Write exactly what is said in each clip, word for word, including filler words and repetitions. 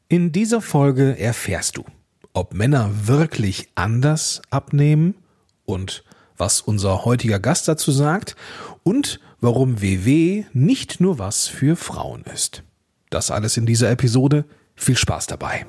In dieser Folge erfährst du, ob Männer wirklich anders abnehmen und was unser heutiger Gast dazu sagt und warum W W nicht nur was für Frauen ist. Das alles in dieser Episode. Viel Spaß dabei.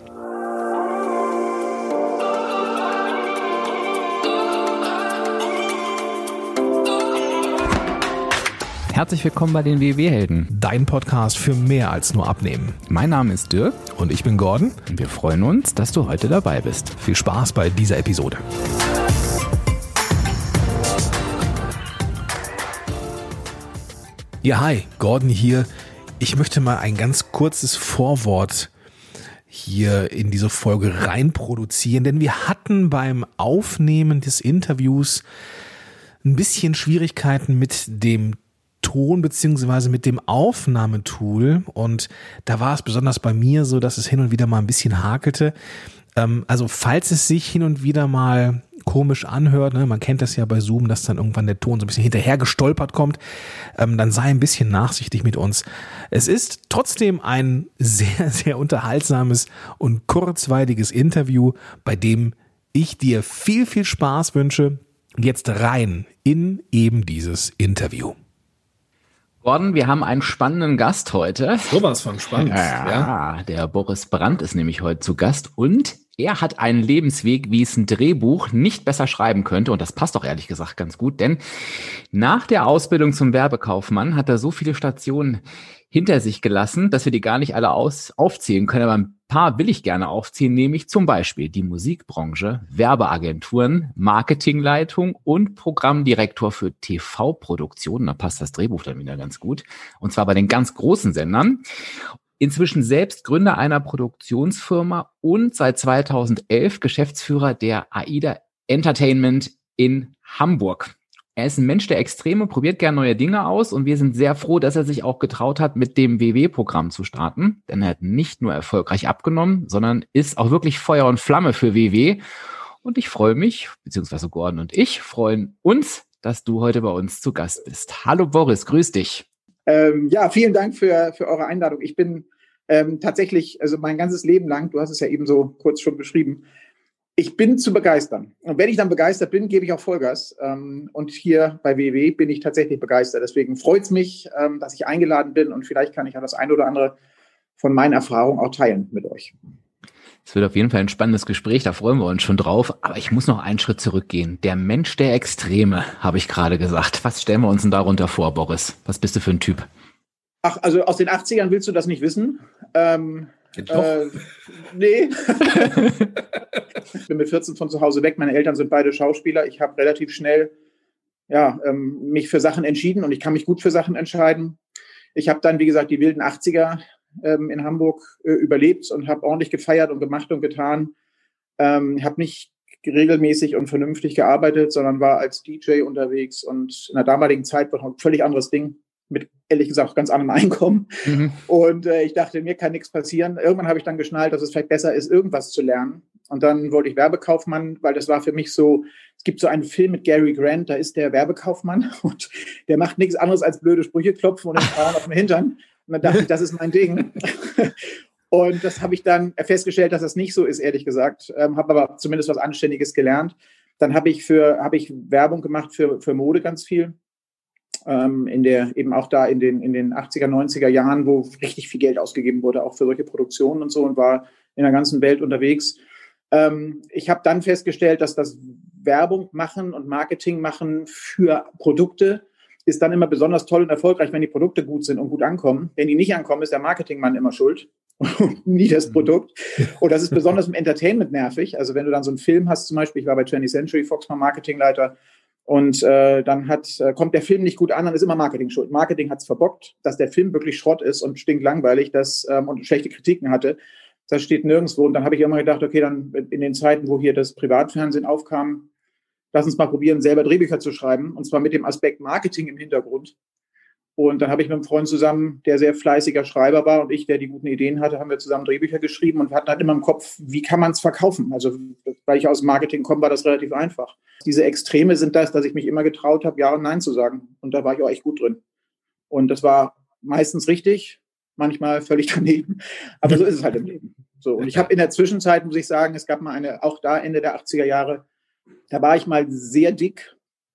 Herzlich willkommen bei den W W-Helden. Dein Podcast für mehr als nur Abnehmen. Mein Name ist Dirk. Und ich bin Gordon. Und wir freuen uns, dass du heute dabei bist. Viel Spaß bei dieser Episode. Ja, hi, Gordon hier. Ich möchte mal ein ganz kurzes Vorwort hier in diese Folge rein produzieren, denn wir hatten beim Aufnehmen des Interviews ein bisschen Schwierigkeiten mit dem Ton beziehungsweise mit dem Aufnahmetool, und da war es besonders bei mir so, dass es hin und wieder mal ein bisschen hakelte. Ähm, also falls es sich hin und wieder mal komisch anhört, ne, man kennt das ja bei Zoom, dass dann irgendwann der Ton so ein bisschen hinterher gestolpert kommt, ähm, dann sei ein bisschen nachsichtig mit uns. Es ist trotzdem ein sehr, sehr unterhaltsames und kurzweiliges Interview, bei dem ich dir viel, viel Spaß wünsche. Jetzt rein in eben dieses Interview. Gordon, wir haben einen spannenden Gast heute. Sowas von spannend. Ja, ja, der Boris Brandt ist nämlich heute zu Gast und er hat einen Lebensweg, wie es ein Drehbuch nicht besser schreiben könnte, und das passt doch ehrlich gesagt ganz gut, denn nach der Ausbildung zum Werbekaufmann hat er so viele Stationen hinter sich gelassen, dass wir die gar nicht alle aus, aufzählen können, aber ein paar will ich gerne aufzählen, nämlich zum Beispiel die Musikbranche, Werbeagenturen, Marketingleitung und Programmdirektor für T V-Produktionen. Da passt das Drehbuch dann wieder ganz gut, und zwar bei den ganz großen Sendern. Inzwischen selbst Gründer einer Produktionsfirma und seit zweitausendelf Geschäftsführer der AIDA Entertainment in Hamburg. Er ist ein Mensch der Extreme, probiert gern neue Dinge aus, und wir sind sehr froh, dass er sich auch getraut hat, mit dem W W-Programm zu starten. Denn er hat nicht nur erfolgreich abgenommen, sondern ist auch wirklich Feuer und Flamme für W W. Und ich freue mich, beziehungsweise Gordon und ich freuen uns, dass du heute bei uns zu Gast bist. Hallo Boris, grüß dich. Ähm, ja, vielen Dank für, für eure Einladung. Ich bin ähm, tatsächlich, also mein ganzes Leben lang, du hast es ja eben so kurz schon beschrieben, ich bin zu begeistern. Und wenn ich dann begeistert bin, gebe ich auch Vollgas. Ähm, und hier bei W W bin ich tatsächlich begeistert. Deswegen freut es mich, ähm, dass ich eingeladen bin, und vielleicht kann ich auch das eine oder andere von meinen Erfahrungen auch teilen mit euch. Es wird auf jeden Fall ein spannendes Gespräch, da freuen wir uns schon drauf. Aber ich muss noch einen Schritt zurückgehen. Der Mensch der Extreme, habe ich gerade gesagt. Was stellen wir uns denn darunter vor, Boris? Was bist du für ein Typ? Ach, also aus den achtzigern willst du das nicht wissen? Ähm, äh, nee. Ich bin mit vierzehn von zu Hause weg. Meine Eltern sind beide Schauspieler. Ich habe relativ schnell ja, ähm, mich für Sachen entschieden, und ich kann mich gut für Sachen entscheiden. Ich habe dann, wie gesagt, die wilden achtziger ähm, in Hamburg äh, überlebt und habe ordentlich gefeiert und gemacht und getan. Ähm, habe nicht regelmäßig und vernünftig gearbeitet, sondern war als D J unterwegs, und in der damaligen Zeit war noch ein völlig anderes Ding, mit ehrlich gesagt ganz anderem Einkommen. Mhm. Und äh, ich dachte, mir kann nichts passieren. Irgendwann habe ich dann geschnallt, dass es vielleicht besser ist, irgendwas zu lernen. Und dann wollte ich Werbekaufmann, weil das war für mich so, es gibt so einen Film mit Gary Grant, da ist der Werbekaufmann und der macht nichts anderes als blöde Sprüche klopfen und den Frauen auf dem Hintern. Und dann dachte ich, das ist mein Ding. Und das habe ich dann festgestellt, dass das nicht so ist, ehrlich gesagt. Ähm, habe aber zumindest was Anständiges gelernt. Dann habe ich für habe ich Werbung gemacht für, für Mode ganz viel. Ähm, in der, eben auch da in den, in den achtziger, neunziger Jahren, wo richtig viel Geld ausgegeben wurde, auch für solche Produktionen und so, und war in der ganzen Welt unterwegs. Ähm, ich habe dann festgestellt, dass das Werbung machen und Marketing machen für Produkte ist dann immer besonders toll und erfolgreich, wenn die Produkte gut sind und gut ankommen. Wenn die nicht ankommen, ist der Marketingmann immer schuld und nie das Produkt. Und das ist besonders im Entertainment nervig. Also wenn du dann so einen Film hast, zum Beispiel, ich war bei twentieth Century Fox mal Marketingleiter, und äh, dann hat, äh, kommt der Film nicht gut an, dann ist immer Marketing schuld. Marketing hat es verbockt, dass der Film wirklich Schrott ist und stinklangweilig das, ähm, und schlechte Kritiken hatte. Das steht nirgendwo. Und dann habe ich immer gedacht, okay, dann in den Zeiten, wo hier das Privatfernsehen aufkam, lass uns mal probieren, selber Drehbücher zu schreiben. Und zwar mit dem Aspekt Marketing im Hintergrund. Und dann habe ich mit einem Freund zusammen, der sehr fleißiger Schreiber war, und ich, der die guten Ideen hatte, haben wir zusammen Drehbücher geschrieben und hatten halt immer im Kopf, wie kann man es verkaufen? Also weil ich aus dem Marketing komme, war das relativ einfach. Diese Extreme sind das, dass ich mich immer getraut habe, Ja und Nein zu sagen. Und da war ich auch echt gut drin. Und das war meistens richtig, manchmal völlig daneben. Aber so ist es halt im Leben. So, und ich habe in der Zwischenzeit, muss ich sagen, es gab mal eine, auch da Ende der achtziger Jahre, da war ich mal sehr dick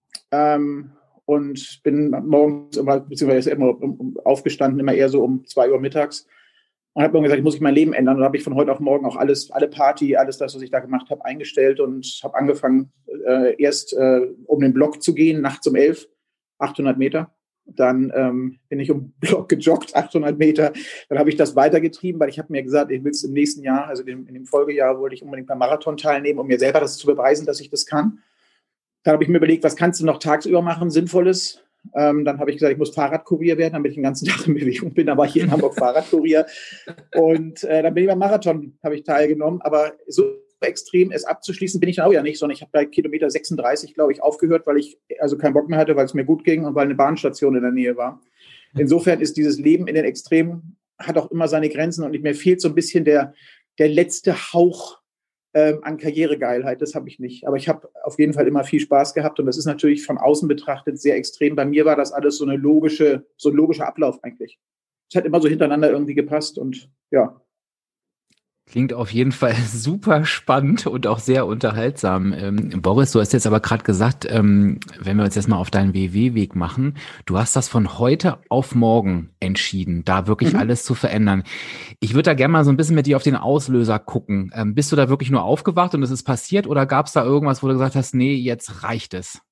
ähm, und bin morgens immer, beziehungsweise immer aufgestanden, immer eher so um zwei Uhr mittags und habe mir gesagt, ich muss ich mein Leben ändern. Und da habe ich von heute auf morgen auch alles, alle Party, alles das, was ich da gemacht habe, eingestellt und habe angefangen, äh, erst äh, um den Block zu gehen, nachts um elf, achthundert Meter. Dann ähm, bin ich um den Block gejoggt, achthundert Meter. Dann habe ich das weitergetrieben, weil ich habe mir gesagt, ich will es im nächsten Jahr, also in, in dem Folgejahr, wollte ich unbedingt beim Marathon teilnehmen, um mir selber das zu beweisen, dass ich das kann. Dann habe ich mir überlegt, was kannst du noch tagsüber machen, Sinnvolles. Ähm, dann habe ich gesagt, ich muss Fahrradkurier werden, damit ich den ganzen Tag in Bewegung bin. Da war ich hier in Hamburg Fahrradkurier. Und äh, dann bin ich beim Marathon, habe ich teilgenommen. Aber so extrem es abzuschließen bin ich dann auch ja nicht, sondern ich habe bei Kilometer sechsunddreißig, glaube ich, aufgehört, weil ich also keinen Bock mehr hatte, weil es mir gut ging und weil eine Bahnstation in der Nähe war. Insofern ist dieses Leben in den Extremen, hat auch immer seine Grenzen und mir fehlt so ein bisschen der, der letzte Hauch ähm, an Karrieregeilheit. Das habe ich nicht. Aber ich habe auf jeden Fall immer viel Spaß gehabt und das ist natürlich von außen betrachtet sehr extrem. Bei mir war das alles so eine logische, so ein logischer Ablauf eigentlich. Es hat immer so hintereinander irgendwie gepasst und ja. Klingt auf jeden Fall super spannend und auch sehr unterhaltsam. Ähm, Boris, du hast jetzt aber gerade gesagt, ähm, wenn wir uns jetzt mal auf deinen W W-Weg machen, du hast das von heute auf morgen entschieden, da wirklich mhm. alles zu verändern. Ich würde da gerne mal so ein bisschen mit dir auf den Auslöser gucken. Ähm, bist du da wirklich nur aufgewacht und es ist passiert oder gab es da irgendwas, wo du gesagt hast, nee, jetzt reicht es?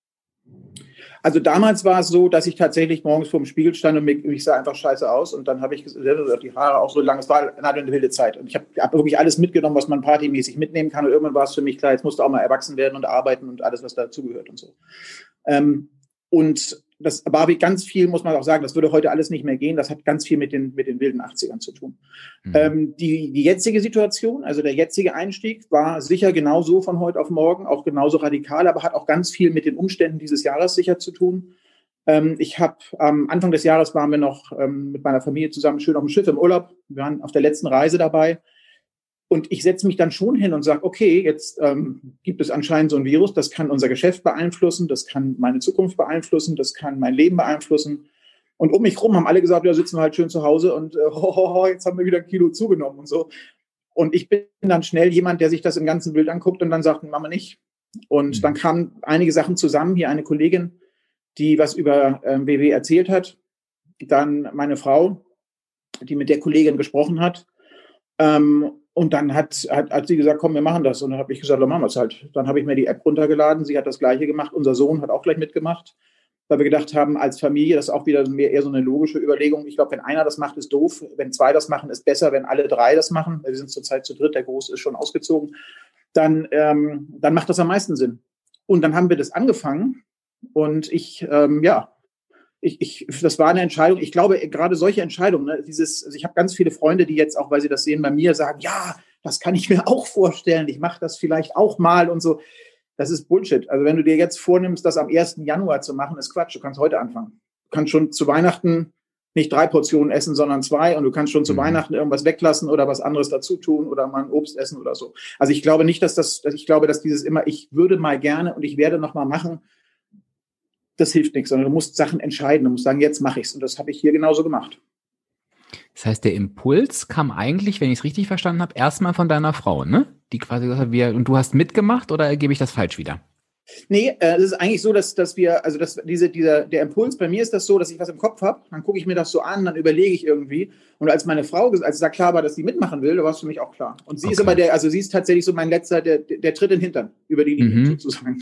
Also damals war es so, dass ich tatsächlich morgens vor dem Spiegel stand und mich, ich sah einfach scheiße aus und dann habe ich die Haare auch so lang, es war eine wilde Zeit und ich habe hab wirklich alles mitgenommen, was man partymäßig mitnehmen kann und irgendwann war es für mich klar, jetzt musst du auch mal erwachsen werden und arbeiten und alles, was dazugehört und so. Ähm, und das war wie ganz viel, muss man auch sagen, das würde heute alles nicht mehr gehen, das hat ganz viel mit den, mit den wilden achtzigern zu tun. Mhm. Ähm, die, die jetzige Situation, also der jetzige Einstieg war sicher genauso von heute auf morgen, auch genauso radikal, aber hat auch ganz viel mit den Umständen dieses Jahres sicher zu tun. Ähm, ich habe am ähm, Anfang des Jahres waren wir noch ähm, mit meiner Familie zusammen schön auf dem Schiff im Urlaub, wir waren auf der letzten Reise dabei. Und ich setze mich dann schon hin und sage, okay, jetzt ähm, gibt es anscheinend so ein Virus, das kann unser Geschäft beeinflussen, das kann meine Zukunft beeinflussen, das kann mein Leben beeinflussen. Und um mich herum haben alle gesagt, ja, sitzen wir halt schön zu Hause und äh, ho, ho, ho, jetzt haben wir wieder ein Kilo zugenommen und so. Und ich bin dann schnell jemand, der sich das im ganzen Bild anguckt und dann sagt, machen wir nicht. Und mhm. dann kamen einige Sachen zusammen. Hier eine Kollegin, die was über ähm, W W erzählt hat. Dann meine Frau, die mit der Kollegin gesprochen hat. Ähm, Und dann hat, hat, hat sie gesagt, komm, wir machen das. Und dann habe ich gesagt, dann machen wir es halt. Dann habe ich mir die App runtergeladen. Sie hat das Gleiche gemacht. Unser Sohn hat auch gleich mitgemacht, weil wir gedacht haben, als Familie, das ist auch wieder mehr eher so eine logische Überlegung. Ich glaube, wenn einer das macht, ist doof. Wenn zwei das machen, ist besser. Wenn alle drei das machen, wir sind zurzeit zu dritt, der Große ist schon ausgezogen, dann, ähm, dann macht das am meisten Sinn. Und dann haben wir das angefangen. Und ich, ähm, ja, Ich, ich, das war eine Entscheidung. Ich glaube, gerade solche Entscheidungen, ne, dieses, also ich habe ganz viele Freunde, die jetzt auch, weil sie das sehen, bei mir sagen, ja, das kann ich mir auch vorstellen. Ich mache das vielleicht auch mal und so. Das ist Bullshit. Also wenn du dir jetzt vornimmst, das am ersten Januar zu machen, ist Quatsch. Du kannst heute anfangen. Du kannst schon zu Weihnachten nicht drei Portionen essen, sondern zwei. Und du kannst schon zu mhm. Weihnachten irgendwas weglassen oder was anderes dazu tun oder mal ein Obst essen oder so. Also ich glaube nicht, dass das, dass ich glaube, dass dieses immer, ich würde mal gerne und ich werde noch mal machen, das hilft nichts, sondern du musst Sachen entscheiden. Du musst sagen, jetzt mache ich es. Und das habe ich hier genauso gemacht. Das heißt, der Impuls kam eigentlich, wenn ich es richtig verstanden habe, erstmal von deiner Frau, ne? Die quasi gesagt hat, wir, und du hast mitgemacht oder gebe ich das falsch wieder? Nee, äh, es ist eigentlich so, dass, dass wir, also dass diese, dieser, der Impuls, bei mir ist das so, dass ich was im Kopf habe, dann gucke ich mir das so an, dann überlege ich irgendwie. Und als meine Frau, als es da klar war, dass sie mitmachen will, da war es für mich auch klar. Und sie okay. ist aber der, also sie ist tatsächlich so mein letzter, der, der Tritt in den Hintern über die Linie mhm. sozusagen.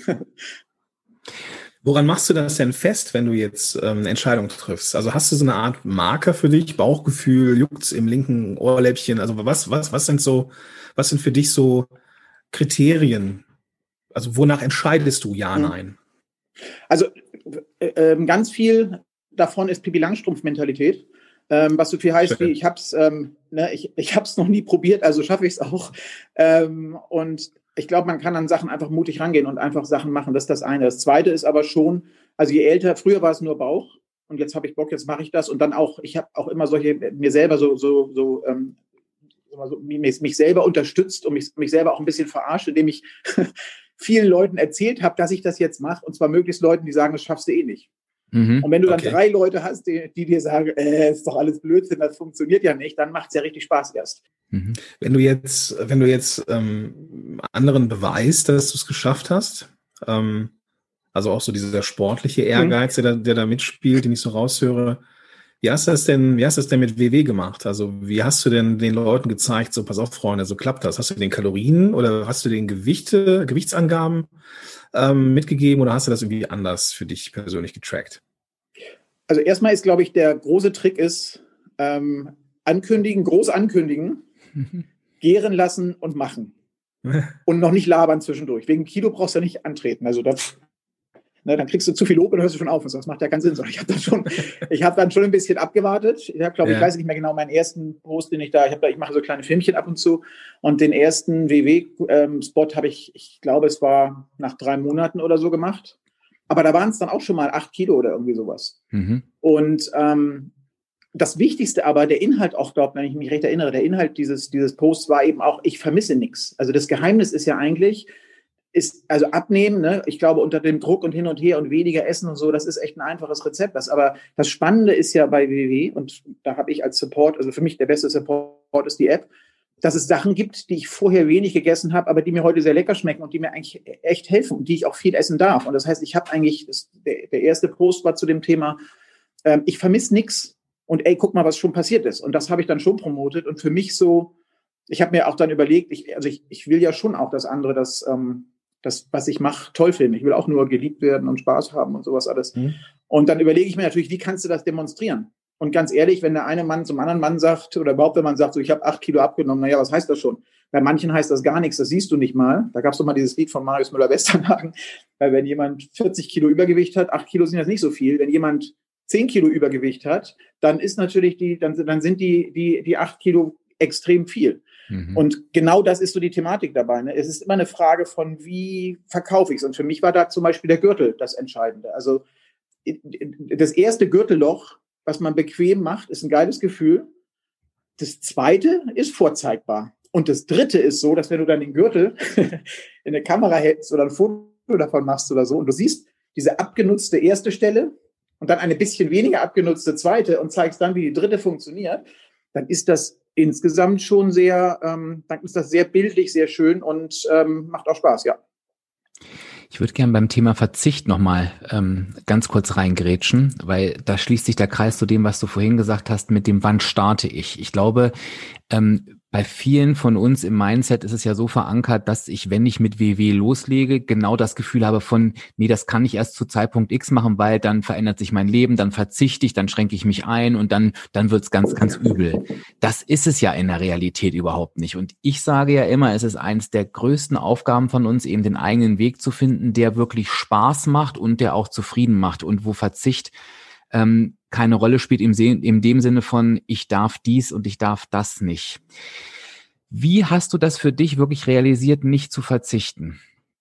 Woran machst du das denn fest, wenn du jetzt ähm, eine Entscheidung triffst? Also hast du so eine Art Marker für dich, Bauchgefühl, juckt's im linken Ohrläppchen? Also was, was, was sind so, was sind für dich so Kriterien? Also wonach entscheidest du ja, nein? Also äh, äh, ganz viel davon ist Pippi Langstrumpf-Mentalität. Ähm, was so viel heißt Schön. wie, ich hab's, ähm, ne, ich, ich hab's noch nie probiert, also schaffe ich es auch. Ähm, und ich glaube, man kann an Sachen einfach mutig rangehen und einfach Sachen machen. Das ist das eine. Das zweite ist aber schon, also je älter, früher war es nur Bauch und jetzt habe ich Bock, jetzt mache ich das. Und dann auch, ich habe auch immer solche, mir selber so, so, so, ähm, so mich, mich selber unterstützt und mich, mich selber auch ein bisschen verarscht, indem ich vielen Leuten erzählt habe, dass ich das jetzt mache. Und zwar möglichst Leuten, die sagen, das schaffst du eh nicht. Mhm. Und wenn du dann okay. drei Leute hast, die, die dir sagen, äh, ist doch alles Blödsinn, das funktioniert ja nicht, dann macht es ja richtig Spaß erst. Mhm. Wenn du jetzt, wenn du jetzt ähm, anderen beweist, dass du es geschafft hast, ähm, also auch so dieser sportliche Ehrgeiz, mhm. der, der da mitspielt, den ich so raushöre, wie hast du das denn, wie hast du das denn mit W W gemacht? Also wie hast du denn den Leuten gezeigt, so pass auf, Freunde, so klappt das? Hast du den Kalorien oder hast du den Gewichte, Gewichtsangaben ähm, mitgegeben oder hast du das irgendwie anders für dich persönlich getrackt? Also erstmal ist, glaube ich, der große Trick ist, ähm, ankündigen, groß ankündigen, mhm. gären lassen und machen. Und noch nicht labern zwischendurch. Wegen Kilo brauchst du ja nicht antreten. Also das, ne, dann kriegst du zu viel Lob und hörst du schon auf. Das macht ja keinen Sinn. Ich habe dann schon, ich habe dann schon ein bisschen abgewartet. Ich habe, glaube ja. ich, weiß nicht mehr genau meinen ersten Post, den ich da, ich habe da, ich mache so kleine Filmchen ab und zu. Und den ersten W W-Spot ähm, habe ich, ich glaube, es war nach drei Monaten oder so gemacht. Aber da waren es dann auch schon mal acht Kilo oder irgendwie sowas. Mhm. Und ähm, das Wichtigste aber, der Inhalt auch, glaube wenn ich mich recht erinnere, der Inhalt dieses, dieses Posts war eben auch, ich vermisse nichts. Also das Geheimnis ist ja eigentlich, ist also abnehmen, ne? Ich glaube, unter dem Druck und hin und her und weniger essen und so, das ist echt ein einfaches Rezept. Das, aber das Spannende ist ja bei W W, und da habe ich als Support, also für mich der beste Support ist die App, dass es Sachen gibt, die ich vorher wenig gegessen habe, aber die mir heute sehr lecker schmecken und die mir eigentlich echt helfen und die ich auch viel essen darf. Und das heißt, ich habe eigentlich, das, der, der erste Post war zu dem Thema, ähm, ich vermisse nichts. Und ey, guck mal, was schon passiert ist. Und das habe ich dann schon promotet. Und für mich so, ich habe mir auch dann überlegt, ich, also ich, ich will ja schon auch, dass andere das, ähm, das, was ich mache, toll finden. Ich will auch nur geliebt werden und Spaß haben und sowas alles. Mhm. Und dann überlege ich mir natürlich, wie kannst du das demonstrieren? Und ganz ehrlich, wenn der eine Mann zum anderen Mann sagt, oder überhaupt wenn man sagt, so ich habe acht Kilo abgenommen, naja, was heißt das schon? Bei manchen heißt das gar nichts, das siehst du nicht mal. Da gab es doch mal dieses Lied von Marius Müller-Westernhagen, weil wenn jemand vierzig Kilo Übergewicht hat, acht Kilo sind das nicht so viel. Wenn jemand zehn Kilo Übergewicht hat, dann ist natürlich die, dann, dann sind die, die, die acht Kilo extrem viel. Mhm. Und genau das ist so die Thematik dabei. Ne? Es ist immer eine Frage von, wie verkaufe ich es? Und für mich war da zum Beispiel der Gürtel das Entscheidende. Also das erste Gürtelloch, was man bequem macht, ist ein geiles Gefühl. Das zweite ist vorzeigbar. Und das dritte ist so, dass wenn du dann den Gürtel in der Kamera hältst oder ein Foto davon machst oder so und du siehst diese abgenutzte erste Stelle, und dann eine bisschen weniger abgenutzte zweite und zeigst dann, wie die dritte funktioniert, dann ist das insgesamt schon sehr, ähm, dann ist das sehr bildlich, sehr schön und ähm, macht auch Spaß, ja. Ich würde gerne beim Thema Verzicht nochmal ähm, ganz kurz reingrätschen, weil da schließt sich der Kreis zu dem, was du vorhin gesagt hast, mit dem, wann starte ich. Ich glaube, ähm, bei vielen von uns im Mindset ist es ja so verankert, dass ich, wenn ich mit W W loslege, genau das Gefühl habe von, nee, das kann ich erst zu Zeitpunkt X machen, weil dann verändert sich mein Leben, dann verzichte ich, dann schränke ich mich ein und dann dann wird's ganz, ganz übel. Das ist es ja in der Realität überhaupt nicht. Und ich sage ja immer, es ist eines der größten Aufgaben von uns, eben den eigenen Weg zu finden, der wirklich Spaß macht und der auch zufrieden macht und wo Verzicht ähm, keine Rolle spielt im, in dem Sinne von, ich darf dies und ich darf das nicht. Wie hast du das für dich wirklich realisiert, nicht zu verzichten?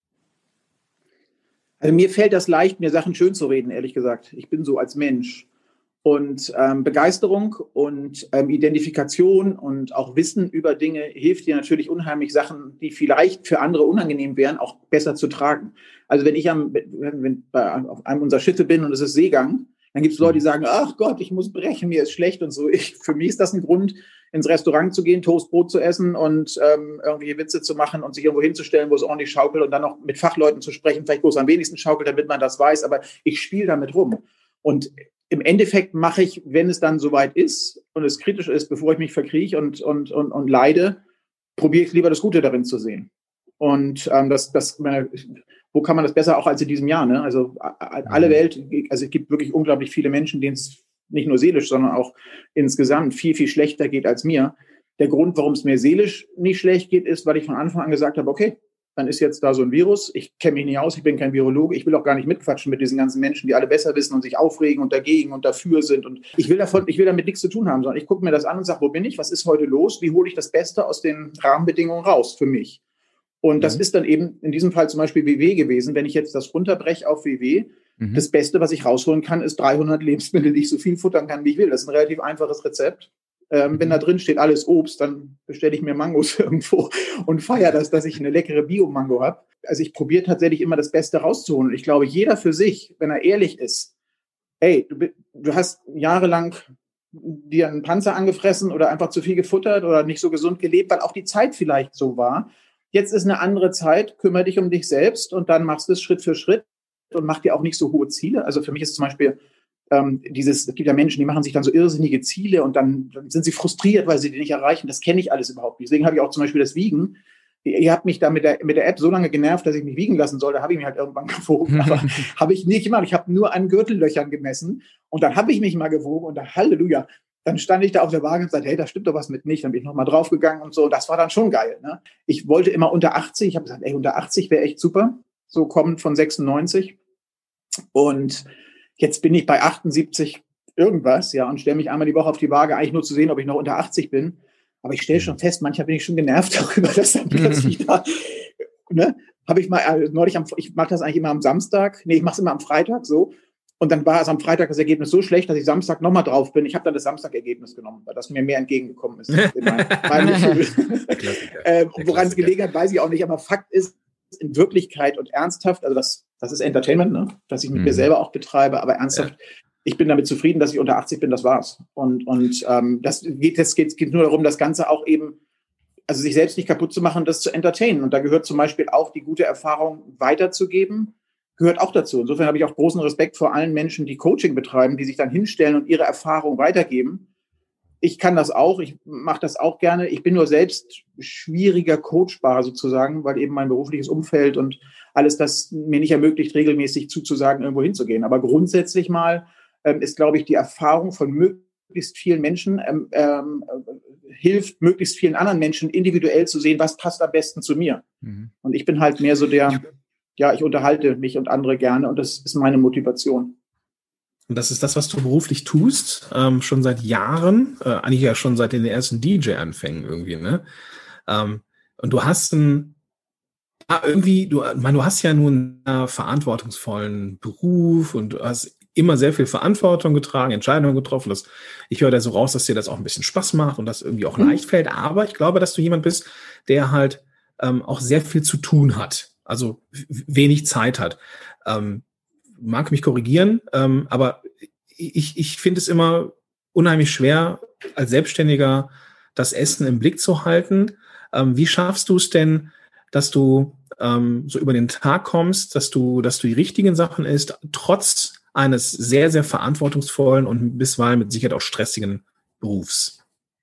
Also mir fällt das leicht, mir Sachen schön zu reden, ehrlich gesagt. Ich bin so als Mensch. Und ähm, Begeisterung und ähm, Identifikation und auch Wissen über Dinge hilft dir natürlich unheimlich, Sachen, die vielleicht für andere unangenehm wären, auch besser zu tragen. Also wenn ich am, wenn, wenn bei, auf einem unserer Schiffe bin und es ist Seegang, dann gibt es Leute, die sagen, ach Gott, ich muss brechen, mir ist schlecht und so. Ich, für mich ist das ein Grund, ins Restaurant zu gehen, Toastbrot zu essen und ähm, irgendwie Witze zu machen und sich irgendwo hinzustellen, wo es ordentlich schaukelt und dann noch mit Fachleuten zu sprechen, vielleicht wo es am wenigsten schaukelt, damit man das weiß. Aber ich spiele damit rum. Und im Endeffekt mache ich, wenn es dann soweit ist und es kritisch ist, bevor ich mich verkrieche und, und, und, und leide, probiere ich lieber das Gute darin zu sehen. Und ähm, das, das, meine, wo kann man das besser auch als in diesem Jahr? Ne? Also alle Welt, also es gibt wirklich unglaublich viele Menschen, denen es nicht nur seelisch, sondern auch insgesamt viel, viel schlechter geht als mir. Der Grund, warum es mir seelisch nicht schlecht geht, ist, weil ich von Anfang an gesagt habe, okay, dann ist jetzt da so ein Virus, ich kenne mich nicht aus, ich bin kein Virologe, ich will auch gar nicht mitquatschen mit diesen ganzen Menschen, die alle besser wissen und sich aufregen und dagegen und dafür sind. Und ich will davon, ich will damit nichts zu tun haben, sondern ich gucke mir das an und sage, wo bin ich, was ist heute los, wie hole ich das Beste aus den Rahmenbedingungen raus für mich? Und das mhm. ist dann eben in diesem Fall zum Beispiel W W gewesen. Wenn ich jetzt das runterbreche auf W W, mhm. das Beste, was ich rausholen kann, ist dreihundert Lebensmittel, die ich so viel futtern kann, wie ich will. Das ist ein relativ einfaches Rezept. Ähm, mhm. Wenn da drin steht alles Obst, dann bestelle ich mir Mangos irgendwo und feiere das, dass ich eine leckere Bio-Mango habe. Also ich probiere tatsächlich immer das Beste rauszuholen. Und ich glaube, jeder für sich, wenn er ehrlich ist, ey, du, du hast jahrelang dir einen Panzer angefressen oder einfach zu viel gefuttert oder nicht so gesund gelebt, weil auch die Zeit vielleicht so war. Jetzt ist eine andere Zeit, kümmere dich um dich selbst und dann machst du es Schritt für Schritt und mach dir auch nicht so hohe Ziele. Also für mich ist zum Beispiel ähm, dieses, es gibt ja Menschen, die machen sich dann so irrsinnige Ziele und dann, dann sind sie frustriert, weil sie die nicht erreichen. Das kenne ich alles überhaupt nicht. Deswegen habe ich auch zum Beispiel das Wiegen. Ihr habt mich da mit der, mit der App so lange genervt, dass ich mich wiegen lassen soll. Da habe ich mich halt irgendwann gewogen. Aber habe ich nicht gemacht. Ich habe nur an Gürtellöchern gemessen. Und dann habe ich mich mal gewogen. Und da, Halleluja, dann stand ich da auf der Waage und sagte, hey, da stimmt doch was mit nicht. Dann bin ich nochmal draufgegangen und so. Das war dann schon geil. Ne? Ich wollte immer unter achtzig. Ich habe gesagt, ey, unter achtzig wäre echt super. So kommend von sechsundneunzig. Und jetzt bin ich bei achtundsiebzig irgendwas. Ja, und stelle mich einmal die Woche auf die Waage, eigentlich nur zu sehen, ob ich noch unter achtzig bin. Aber ich stelle schon fest, manchmal bin ich schon genervt darüber, dass dann plötzlich da, ne, habe ich mal äh, neulich, am, ich mache das eigentlich immer am Samstag, nee, ich mache es immer am Freitag so. Und dann war es am Freitag das Ergebnis so schlecht, dass ich Samstag nochmal drauf bin. Ich habe dann das Samstag-Ergebnis genommen, weil das mir mehr entgegengekommen ist. In mein, meinem Gefühl. äh, woran es gelegen hat, weiß ich auch nicht. Aber Fakt ist, in Wirklichkeit und ernsthaft, also das, das ist Entertainment, ne, das ich mit mhm. mir selber auch betreibe, aber ernsthaft, ja. Ich bin damit zufrieden, dass ich unter achtzig bin, das war's. Und, und ähm, das geht, jetzt geht, geht nur darum, das Ganze auch eben, also sich selbst nicht kaputt zu machen, das zu entertainen. Und da gehört zum Beispiel auch die gute Erfahrung weiterzugeben, gehört auch dazu. Insofern habe ich auch großen Respekt vor allen Menschen, die Coaching betreiben, die sich dann hinstellen und ihre Erfahrung weitergeben. Ich kann das auch, ich mache das auch gerne. Ich bin nur selbst schwieriger coachbar sozusagen, weil eben mein berufliches Umfeld und alles das mir nicht ermöglicht, regelmäßig zuzusagen, irgendwo hinzugehen. Aber grundsätzlich mal ist, glaube ich, die Erfahrung von möglichst vielen Menschen, ähm, ähm, hilft möglichst vielen anderen Menschen individuell zu sehen, was passt am besten zu mir. Mhm. Und ich bin halt mehr so der, ja, ich unterhalte mich und andere gerne und das ist meine Motivation. Und das ist das, was du beruflich tust, ähm, schon seit Jahren, äh, eigentlich ja schon seit den ersten D J-Anfängen irgendwie, ne? Ähm, und du hast ein, ah, irgendwie, du, man, du hast ja nun einen verantwortungsvollen Beruf und du hast immer sehr viel Verantwortung getragen, Entscheidungen getroffen. Das, ich höre da so raus, dass dir das auch ein bisschen Spaß macht und das irgendwie auch leicht fällt. Aber ich glaube, dass du jemand bist, der halt ähm, auch sehr viel zu tun hat. Also wenig Zeit hat. Ähm, mag mich korrigieren, ähm, aber ich, ich finde es immer unheimlich schwer, als Selbstständiger das Essen im Blick zu halten. Ähm, wie schaffst du es denn, dass du ähm, so über den Tag kommst, dass du, dass du die richtigen Sachen isst, trotz eines sehr, sehr verantwortungsvollen und bisweilen mit Sicherheit auch stressigen Berufs?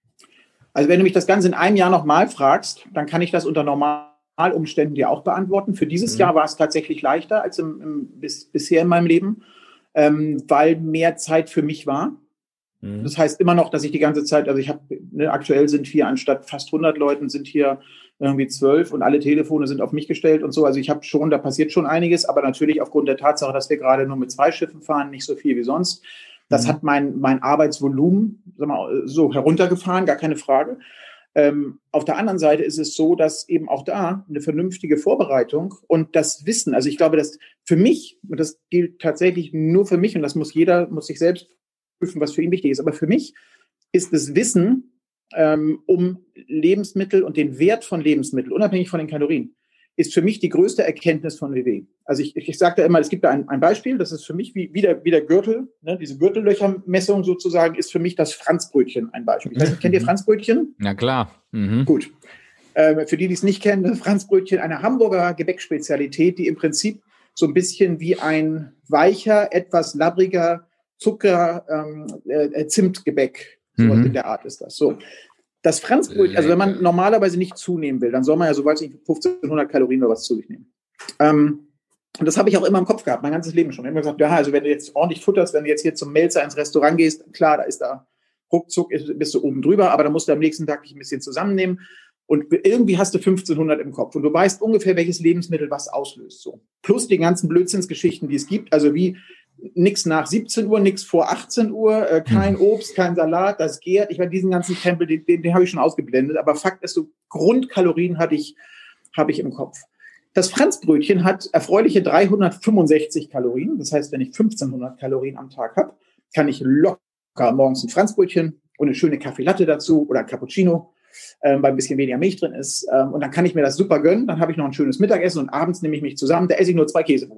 Also wenn du mich das Ganze in einem Jahr nochmal fragst, dann kann ich das unter Normalumständen dir auch beantworten. Für dieses mhm. Jahr war es tatsächlich leichter als im, im, bis, bisher in meinem Leben, ähm, weil mehr Zeit für mich war. Mhm. Das heißt immer noch, dass ich die ganze Zeit, also ich habe, ne, aktuell sind hier anstatt fast hundert Leuten sind hier irgendwie zwölf und alle Telefone sind auf mich gestellt und so. Also ich habe schon, da passiert schon einiges, aber natürlich aufgrund der Tatsache, dass wir gerade nur mit zwei Schiffen fahren, nicht so viel wie sonst. Das mhm. hat mein, mein Arbeitsvolumen, sag mal, so heruntergefahren, gar keine Frage. Ähm, auf der anderen Seite ist es so, dass eben auch da eine vernünftige Vorbereitung und das Wissen, also ich glaube, dass für mich, und das gilt tatsächlich nur für mich und das muss jeder, muss sich selbst prüfen, was für ihn wichtig ist, aber für mich ist das Wissen ähm, um Lebensmittel und den Wert von Lebensmitteln, unabhängig von den Kalorien, ist für mich die größte Erkenntnis von W W. Also ich, ich sage da immer, es gibt da ein, ein Beispiel, das ist für mich wie, wie, der, wie der Gürtel, ne, diese Gürtellöchermessung sozusagen, ist für mich das Franzbrötchen ein Beispiel. Ich weiß nicht, kennt ihr Franzbrötchen? Na klar. Mhm. Gut. Äh, für die, die es nicht kennen, Franzbrötchen, eine Hamburger Gebäckspezialität, die im Prinzip so ein bisschen wie ein weicher, etwas labbriger Zucker, ähm, äh, Zimtgebäck, sowas mhm. in der Art ist das. So. Das Franzbrötchen, also wenn man normalerweise nicht zunehmen will, dann soll man ja so weiß ich fünfzehnhundert Kalorien oder was zu sich nehmen. Ähm, und das habe ich auch immer im Kopf gehabt, mein ganzes Leben schon. Ich habe immer gesagt, ja, also wenn du jetzt ordentlich futterst, wenn du jetzt hier zum Melzer ins Restaurant gehst, klar, da ist da ruckzuck, bist du oben drüber, aber da musst du am nächsten Tag dich ein bisschen zusammennehmen. Und irgendwie hast du fünfzehnhundert im Kopf und du weißt ungefähr, welches Lebensmittel was auslöst. So. Plus die ganzen Blödsinnsgeschichten, die es gibt, also wie nix nach siebzehn Uhr, nix vor achtzehn Uhr, äh, kein Obst, kein Salat, das gärt. Ich meine, diesen ganzen Krempel, den, den, den habe ich schon ausgeblendet. Aber Fakt ist, so Grundkalorien hatte ich, habe ich im Kopf. Das Franzbrötchen hat erfreuliche dreihundertfünfundsechzig Kalorien. Das heißt, wenn ich fünfzehnhundert Kalorien am Tag habe, kann ich locker morgens ein Franzbrötchen und eine schöne Kaffeelatte dazu oder ein Cappuccino, ähm, weil ein bisschen weniger Milch drin ist. Ähm, und dann kann ich mir das super gönnen. Dann habe ich noch ein schönes Mittagessen und abends nehme ich mich zusammen. Da esse ich nur zwei Käsebrote.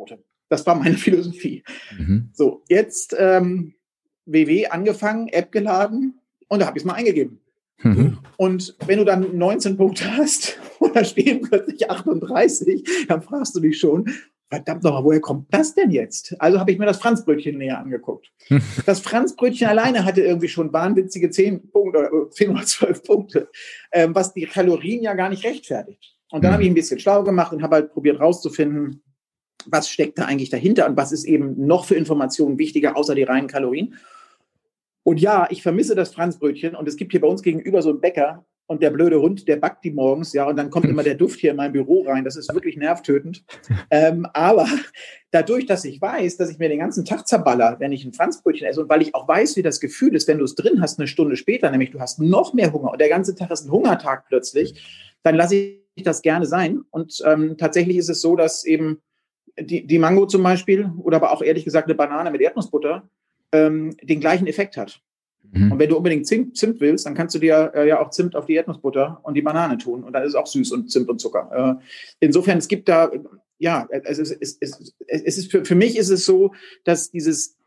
Das war meine Philosophie. Mhm. So, jetzt ähm, W W angefangen, App geladen und da habe ich es mal eingegeben. Mhm. Und wenn du dann neunzehn Punkte hast und da stehen plötzlich achtunddreißig, dann fragst du dich schon, verdammt nochmal, woher kommt das denn jetzt? Also habe ich mir das Franzbrötchen näher angeguckt. Das Franzbrötchen alleine hatte irgendwie schon wahnwitzige zehn Punkte oder zehn oder zwölf Punkte, ähm, was die Kalorien ja gar nicht rechtfertigt. Und dann mhm. habe ich ein bisschen schlau gemacht und habe halt probiert rauszufinden, was steckt da eigentlich dahinter und was ist eben noch für Informationen wichtiger, außer die reinen Kalorien. Und ja, ich vermisse das Franzbrötchen und es gibt hier bei uns gegenüber so einen Bäcker und der blöde Hund, der backt die morgens, ja, und dann kommt immer der Duft hier in mein Büro rein. Das ist wirklich nervtötend. ähm, aber dadurch, dass ich weiß, dass ich mir den ganzen Tag zerballer, wenn ich ein Franzbrötchen esse und weil ich auch weiß, wie das Gefühl ist, wenn du es drin hast, eine Stunde später, nämlich du hast noch mehr Hunger und der ganze Tag ist ein Hungertag plötzlich, dann lasse ich das gerne sein. Und ähm, tatsächlich ist es so, dass eben die, die Mango zum Beispiel oder aber auch ehrlich gesagt eine Banane mit Erdnussbutter ähm, den gleichen Effekt hat. Mhm. Und wenn du unbedingt Zimt, Zimt willst, dann kannst du dir äh, ja auch Zimt auf die Erdnussbutter und die Banane tun. Und dann ist es auch süß und Zimt und Zucker. Äh, insofern, es gibt da, ja, es ist, es ist, es ist für, für mich ist es so, dass dieses,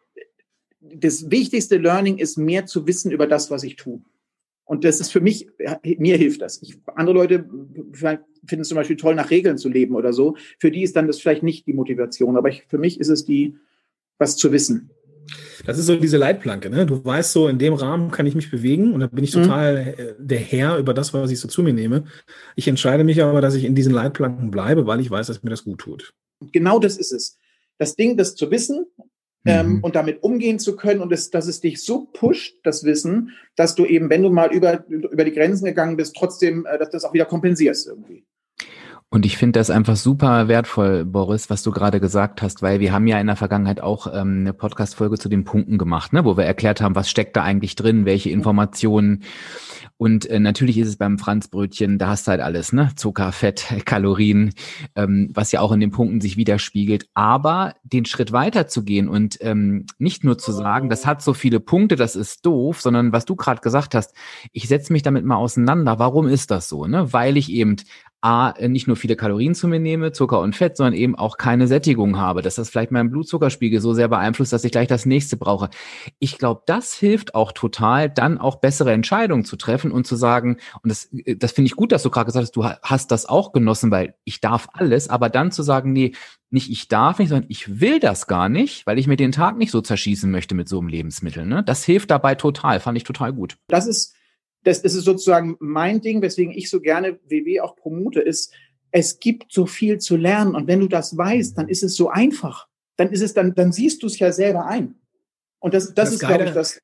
das wichtigste Learning ist, mehr zu wissen über das, was ich tue. Und das ist für mich, mir hilft das. Ich, andere Leute finden es zum Beispiel toll, nach Regeln zu leben oder so. Für die ist dann das vielleicht nicht die Motivation. Aber ich, für mich ist es die, was zu wissen. Das ist so diese Leitplanke, ne? Du weißt so, in dem Rahmen kann ich mich bewegen und da bin ich total mhm. der Herr über das, was ich so zu mir nehme. Ich entscheide mich aber, dass ich in diesen Leitplanken bleibe, weil ich weiß, dass mir das gut tut. Genau das ist es. Das Ding, das zu wissen mhm. ähm, und damit umgehen zu können und das, dass es dich so pusht, das Wissen, dass du eben, wenn du mal über, über die Grenzen gegangen bist, trotzdem, äh, dass du das auch wieder kompensierst irgendwie. Und ich finde das einfach super wertvoll, Boris, was du gerade gesagt hast, weil wir haben ja in der Vergangenheit auch ähm, eine Podcast-Folge zu den Punkten gemacht, ne, wo wir erklärt haben, was steckt da eigentlich drin, welche Informationen. Und äh, natürlich ist es beim Franzbrötchen, da hast du halt alles, ne, Zucker, Fett, Kalorien, ähm, was ja auch in den Punkten sich widerspiegelt. Aber den Schritt weiter zu gehen und ähm, nicht nur zu sagen, das hat so viele Punkte, das ist doof, sondern was du gerade gesagt hast, ich setze mich damit mal auseinander. Warum ist das so? Ne? Weil ich eben A, nicht nur viele Kalorien zu mir nehme, Zucker und Fett, sondern eben auch keine Sättigung habe, dass das vielleicht meinen Blutzuckerspiegel so sehr beeinflusst, dass ich gleich das nächste brauche. Ich glaube, das hilft auch total, dann auch bessere Entscheidungen zu treffen und zu sagen, und das, das finde ich gut, dass du gerade gesagt hast, du hast das auch genossen, weil ich darf alles, aber dann zu sagen, nee, nicht ich darf nicht, sondern ich will das gar nicht, weil ich mir den Tag nicht so zerschießen möchte mit so einem Lebensmittel. Ne? Das hilft dabei total, fand ich total gut. Das ist Das, das ist sozusagen mein Ding, weswegen ich so gerne W W auch promote, ist, es gibt so viel zu lernen. Und wenn du das weißt, dann ist es so einfach. Dann ist es, dann, dann siehst du es ja selber ein. Und das, das, das ist, glaube ich, das.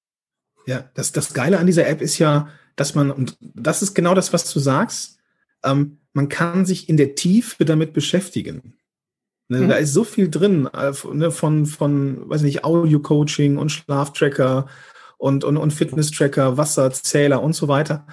Ja, das, das Geile an dieser App ist ja, dass man, und das ist genau das, was du sagst, ähm, man kann sich in der Tiefe damit beschäftigen. Ne, mhm. Da ist so viel drin, äh, ne, von, von, weiß nicht, Audio-Coaching und Schlaftracker, Und, und, und Fitness-Tracker, Wasserzähler und so weiter.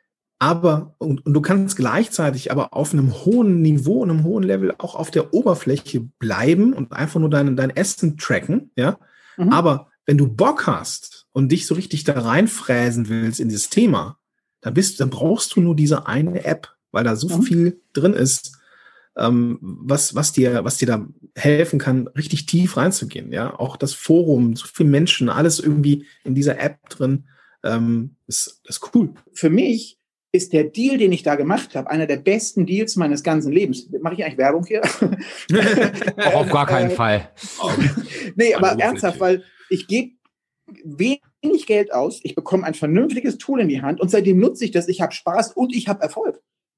Aber, und, und du kannst gleichzeitig aber auf einem hohen Niveau, einem hohen Level auch auf der Oberfläche bleiben und einfach nur dein, dein Essen tracken, ja. Mhm. Aber wenn du Bock hast und dich so richtig da reinfräsen willst in dieses Thema, dann bist, dann brauchst du nur diese eine App, weil da so mhm. viel drin ist, ähm, was, was dir, was dir da helfen kann, richtig tief reinzugehen, ja. Auch das Forum, so viele Menschen, alles irgendwie in dieser App drin, ähm, ist, ist cool. Für mich ist der Deal, den ich da gemacht habe, einer der besten Deals meines ganzen Lebens. Mache ich eigentlich Werbung hier? Auch auf gar keinen Fall. Nee, aber ernsthaft, weil ich gebe wenig Geld aus, ich bekomme ein vernünftiges Tool in die Hand und seitdem nutze ich das, ich habe Spaß und ich habe Erfolg.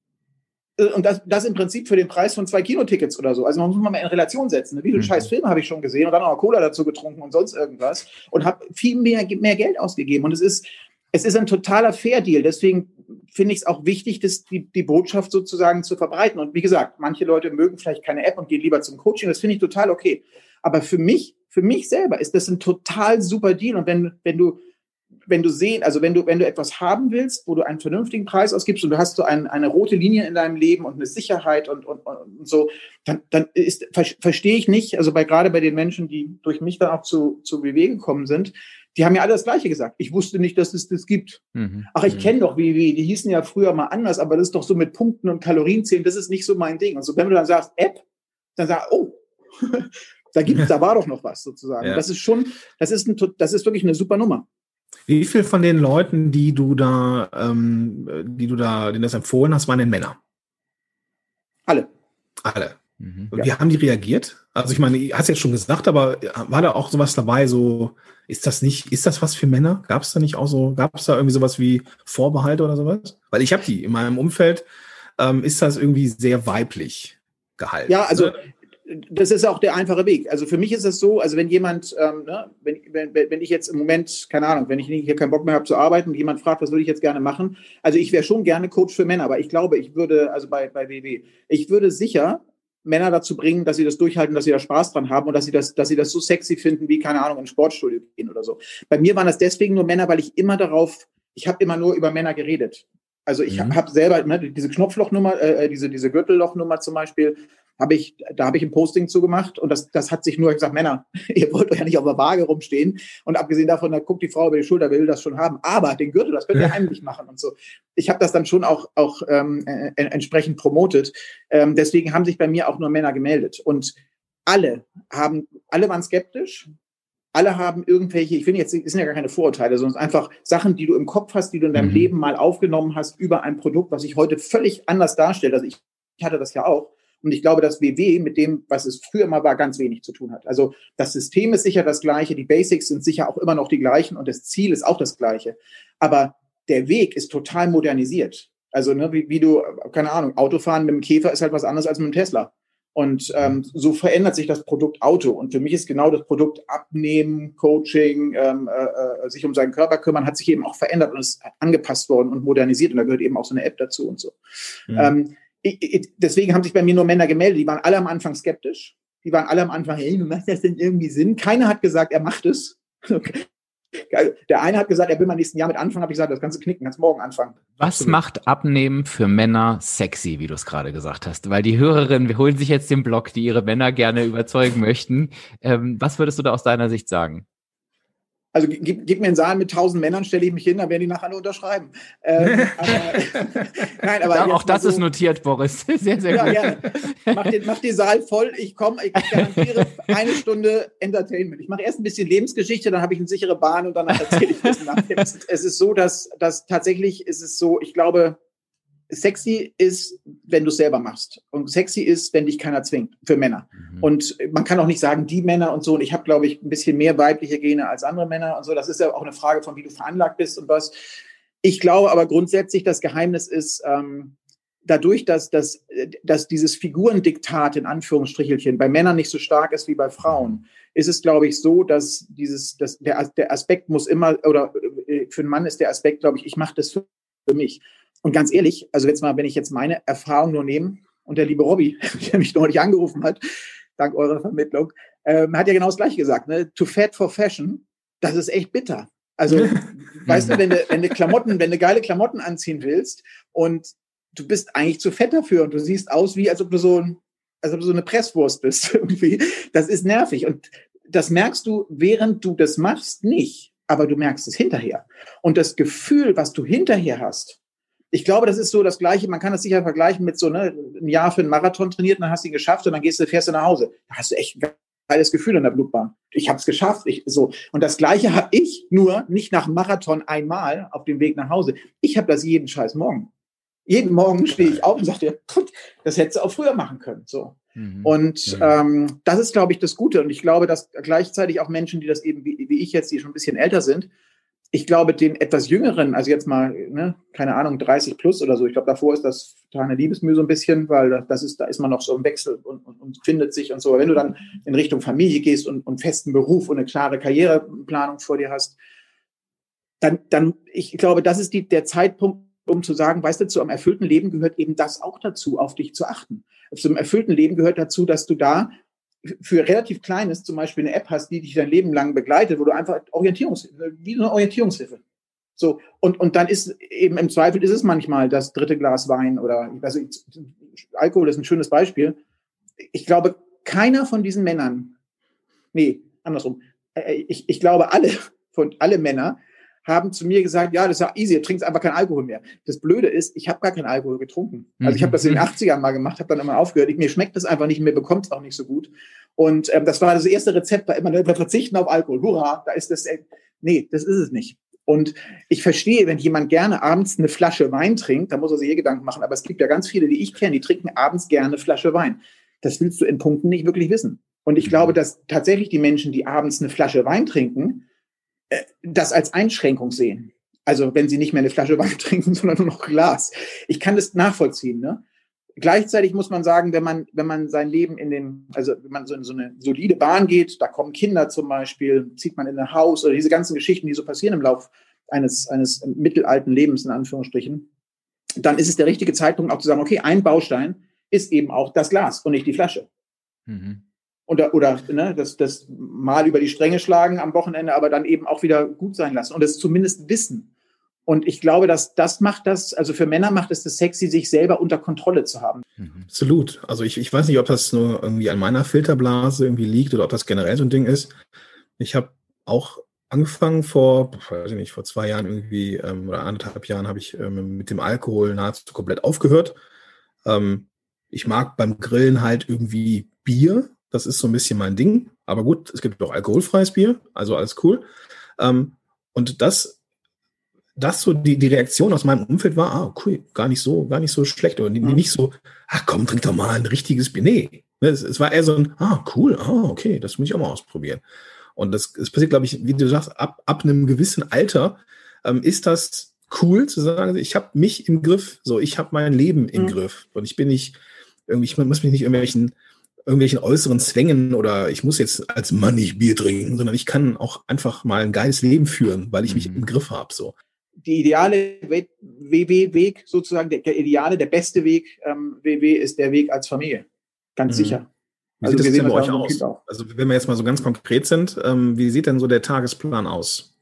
Und das, das im Prinzip für den Preis von zwei Kinotickets oder so. Also man muss mal in Relation setzen. Wie viele mhm. scheiß Filme habe ich schon gesehen und dann noch Cola dazu getrunken und sonst irgendwas und habe viel mehr, mehr Geld ausgegeben. Und es ist, es ist ein totaler Fair-Deal. Deswegen finde ich es auch wichtig, das, die, die Botschaft sozusagen zu verbreiten. Und wie gesagt, manche Leute mögen vielleicht keine App und gehen lieber zum Coaching. Das finde ich total okay. Aber für mich, für mich selber ist das ein total super Deal. Und wenn, wenn du wenn du sehen, also wenn du, wenn du etwas haben willst, wo du einen vernünftigen Preis ausgibst und du hast so ein, eine rote Linie in deinem Leben und eine Sicherheit und, und, und so, dann, dann ist, ver, verstehe ich nicht, also bei, gerade bei den Menschen, die durch mich dann auch zu, zu W W gekommen sind, die haben ja alle das Gleiche gesagt. Ich wusste nicht, dass es das gibt. Mhm. Ach, ich mhm. kenne doch W W, die hießen ja früher mal anders, aber das ist doch so mit Punkten und Kalorienzählen, das ist nicht so mein Ding. Und so, wenn du dann sagst, App, dann sag, oh, da gibt, da war doch noch was sozusagen. Ja. Das ist schon, das ist ein, das ist wirklich eine super Nummer. Wie viel von den Leuten, die du da, ähm, die du da, denen das empfohlen hast, waren denn Männer? Alle. Alle. Mhm. Und wie ja. haben die reagiert? Also ich meine, hast jetzt schon gesagt, aber war da auch sowas dabei, so, ist das nicht, ist das was für Männer? Gab es da nicht auch so, gab es da irgendwie sowas wie Vorbehalte oder sowas? Weil ich habe die in meinem Umfeld, ähm, ist das irgendwie sehr weiblich gehalten. Ja, also ne? Das ist auch der einfache Weg. Also für mich ist es so, also wenn jemand, ähm, ne, wenn, wenn, wenn ich jetzt im Moment, keine Ahnung, wenn ich hier keinen Bock mehr habe zu arbeiten und jemand fragt, was würde ich jetzt gerne machen? Also ich wäre schon gerne Coach für Männer, aber ich glaube, ich würde, also bei, bei W W, ich würde sicher Männer dazu bringen, dass sie das durchhalten, dass sie da Spaß dran haben und dass sie das, dass sie das so sexy finden, wie, keine Ahnung, in ein Sportstudio gehen oder so. Bei mir waren das deswegen nur Männer, weil ich immer darauf, ich habe immer nur über Männer geredet. Also ich mhm. habe selber, ne, diese Knopflochnummer, äh, diese, diese Gürtellochnummer zum Beispiel, habe ich, da habe ich ein Posting zugemacht und das, das hat sich nur gesagt, Männer, ihr wollt euch ja nicht auf der Waage rumstehen und abgesehen davon, da guckt die Frau über die Schulter, will das schon haben, aber den Gürtel, das könnt ihr heimlich machen und so. Ich habe das dann schon auch, auch ähm, äh, entsprechend promotet. Ähm, deswegen haben sich bei mir auch nur Männer gemeldet und alle haben, alle waren skeptisch. Alle haben irgendwelche, ich finde jetzt, es sind ja gar keine Vorurteile, sondern einfach Sachen, die du im Kopf hast, die du in deinem mhm. Leben mal aufgenommen hast über ein Produkt, was sich heute völlig anders darstellt. Also ich, ich hatte das ja auch. Und ich glaube, dass W W mit dem, was es früher mal war, ganz wenig zu tun hat. Also das System ist sicher das gleiche, die Basics sind sicher auch immer noch die gleichen und das Ziel ist auch das gleiche. Aber der Weg ist total modernisiert. Also ne, wie, wie du, keine Ahnung, Autofahren mit dem Käfer ist halt was anderes als mit dem Tesla. Und ähm, so verändert sich das Produkt Auto. Und für mich ist genau das Produkt Abnehmen, Coaching, ähm, äh, sich um seinen Körper kümmern, hat sich eben auch verändert und ist angepasst worden und modernisiert. Und da gehört eben auch so eine App dazu und so. Mhm. Ähm, ich, ich, deswegen haben sich bei mir nur Männer gemeldet. Die waren alle am Anfang skeptisch. Die waren alle am Anfang, hey, macht das denn irgendwie Sinn? Keiner hat gesagt, er macht es. Okay. Der eine hat gesagt, er will mal nächsten Jahr mit anfangen, habe ich gesagt, das kannst du knicken, kannst morgen anfangen. Was Absolut. Macht Abnehmen für Männer sexy, wie du es gerade gesagt hast? Weil die Hörerinnen, wir holen sich jetzt den Blog, die ihre Männer gerne überzeugen möchten. Ähm, was würdest du da aus deiner Sicht sagen? Also gib, gib mir einen Saal mit tausend Männern, stelle ich mich hin, dann werden die nachher alle unterschreiben. Ähm, aber, nein, aber ja, auch das so, ist notiert, Boris. Sehr, sehr ja, gut. Gerne. Mach den, mach den Saal voll. Ich komme, ich garantiere eine Stunde Entertainment. Ich mache erst ein bisschen Lebensgeschichte, dann habe ich eine sichere Bahn und danach erzähle ich das nachher. Es ist so, dass, dass tatsächlich ist es so, ich glaube, sexy ist, wenn du es selber machst. Und sexy ist, wenn dich keiner zwingt, für Männer. Mhm. Und man kann auch nicht sagen, die Männer und so. Und ich habe, glaube ich, ein bisschen mehr weibliche Gene als andere Männer und so. Das ist ja auch eine Frage von, wie du veranlagt bist und was. Ich glaube aber grundsätzlich, das Geheimnis ist, ähm, dadurch, dass, dass, dass dieses Figurendiktat in Anführungsstrichelchen bei Männern nicht so stark ist wie bei Frauen, ist es, glaube ich, so, dass dieses, dass der, der Aspekt muss immer, oder für einen Mann ist der Aspekt, glaube ich, ich mache das für, für mich. Und ganz ehrlich, also jetzt mal, wenn ich jetzt meine Erfahrung nur nehme und der liebe Robby, der mich neulich angerufen hat, dank eurer Vermittlung, ähm, hat ja genau das Gleiche gesagt, ne? To fat for fashion, das ist echt bitter. Also, weißt du, wenn du, wenn du Klamotten, wenn du geile Klamotten anziehen willst und du bist eigentlich zu fett dafür und du siehst aus wie, als ob du so, ein, als ob du so eine Presswurst bist irgendwie. Das ist nervig und das merkst du, während du das machst, nicht, aber du merkst es hinterher. Und das Gefühl, was du hinterher hast, ich glaube, das ist so das Gleiche, man kann das sicher vergleichen mit so, ne, ein Jahr für einen Marathon trainiert, dann hast du ihn geschafft und dann gehst du, fährst du nach Hause. Da hast du echt ein geiles Gefühl in der Blutbahn. Ich habe es geschafft. Ich, so. Und das Gleiche habe ich, nur nicht nach dem Marathon einmal auf dem Weg nach Hause. Ich habe das jeden scheiß Morgen. Jeden Morgen stehe ich auf und sage dir, das hättest du auch früher machen können. So. Mhm. Und ja. ähm, das ist, glaube ich, das Gute. Und ich glaube, dass gleichzeitig auch Menschen, die das eben, wie, wie ich jetzt, die schon ein bisschen älter sind, ich glaube, den etwas Jüngeren, also jetzt mal, ne, keine Ahnung, dreißig plus oder so, ich glaube, davor ist das total eine Liebesmühe so ein bisschen, weil das ist, da ist man noch so im Wechsel und, und, und findet sich und so. Aber wenn du dann in Richtung Familie gehst und, und festen Beruf und eine klare Karriereplanung vor dir hast, dann, dann, ich glaube, das ist die, der Zeitpunkt, um zu sagen, weißt du, zu einem erfüllten Leben gehört eben das auch dazu, auf dich zu achten. Zu einem erfüllten Leben gehört dazu, dass du da für relativ Kleines zum Beispiel eine App hast, die dich dein Leben lang begleitet, wo du einfach Orientierungs, wie so eine Orientierungshilfe. So, und, und dann ist eben im Zweifel ist es manchmal das dritte Glas Wein oder, also Alkohol ist ein schönes Beispiel. Ich glaube, keiner von diesen Männern, nee, andersrum, ich, ich glaube, alle von, alle Männer haben zu mir gesagt, ja, das ist ja easy, du trinkst einfach keinen Alkohol mehr. Das Blöde ist, ich habe gar keinen Alkohol getrunken. Also ich habe das in den achtzigern mal gemacht, habe dann immer aufgehört. Ich, mir schmeckt das einfach nicht, mir bekommt es auch nicht so gut. Und ähm, das war das erste Rezept, war immer, wir verzichten auf Alkohol. Hurra, da ist das. Äh, nee, das ist es nicht. Und ich verstehe, wenn jemand gerne abends eine Flasche Wein trinkt, da muss er sich eh Gedanken machen. Aber es gibt ja ganz viele, die ich kenne, die trinken abends gerne eine Flasche Wein. Das willst du in Punkten nicht wirklich wissen. Und ich glaube, dass tatsächlich die Menschen, die abends eine Flasche Wein trinken, äh, das als Einschränkung sehen. Also wenn sie nicht mehr eine Flasche Wein trinken, sondern nur noch Glas. Ich kann das nachvollziehen, ne? Gleichzeitig muss man sagen, wenn man, wenn man sein Leben in den, also wenn man so in so eine solide Bahn geht, da kommen Kinder zum Beispiel, zieht man in ein Haus oder diese ganzen Geschichten, die so passieren im Lauf eines, eines mittelalten Lebens, in Anführungsstrichen, dann ist es der richtige Zeitpunkt auch zu sagen, okay, ein Baustein ist eben auch das Glas und nicht die Flasche. Mhm. Oder, oder ne, das, das mal über die Stränge schlagen am Wochenende, aber dann eben auch wieder gut sein lassen und es zumindest wissen. Und ich glaube, dass das macht das, also für Männer macht es das sexy, sich selber unter Kontrolle zu haben. Absolut. Also ich, ich weiß nicht, ob das nur irgendwie an meiner Filterblase irgendwie liegt oder ob das generell so ein Ding ist. Ich habe auch angefangen vor, weiß ich nicht, vor zwei Jahren irgendwie ähm, oder anderthalb Jahren habe ich ähm, mit dem Alkohol nahezu komplett aufgehört. Ähm, ich mag beim Grillen halt irgendwie Bier. Das ist so ein bisschen mein Ding. Aber gut, es gibt auch alkoholfreies Bier, also alles cool. Ähm, und das Das so die, die Reaktion aus meinem Umfeld war, ah, cool, gar nicht so, gar nicht so schlecht. Oder mhm. nicht so, ach komm, trink doch mal ein richtiges Bier. Nee, es, es war eher so ein, ah, cool, ah, okay, das muss ich auch mal ausprobieren. Und das, das passiert, glaube ich, wie du sagst, ab, ab einem gewissen Alter ähm, ist das cool zu sagen, ich habe mich im Griff, so, ich habe mein Leben im mhm. Griff. Und ich bin nicht, irgendwie, ich muss mich nicht irgendwelchen, irgendwelchen äußeren Zwängen oder ich muss jetzt als Mann nicht Bier trinken, sondern ich kann auch einfach mal ein geiles Leben führen, weil ich mich mhm. im Griff habe, so. Die ideale W W-Weg sozusagen, der, der ideale, der beste Weg ähm, W W ist der Weg als Familie. Ganz mhm. sicher. Wie also sieht das denn bei euch aus? Auch. Also wenn wir jetzt mal so ganz konkret sind, ähm, wie sieht denn so der Tagesplan aus?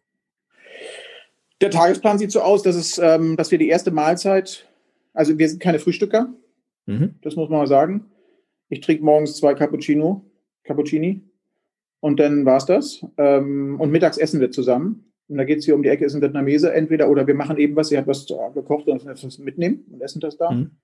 Der Tagesplan sieht so aus, dass, es, ähm, dass wir die erste Mahlzeit, also wir sind keine Frühstücker, mhm. das muss man mal sagen. Ich trinke morgens zwei Cappuccino, Cappuccini und dann war's das. Ähm, und mittags essen wir zusammen. Und da geht es hier um die Ecke, ist ein Vietnamese entweder, oder wir machen eben was, sie hat was gekocht und das mitnehmen und essen das da. Mhm.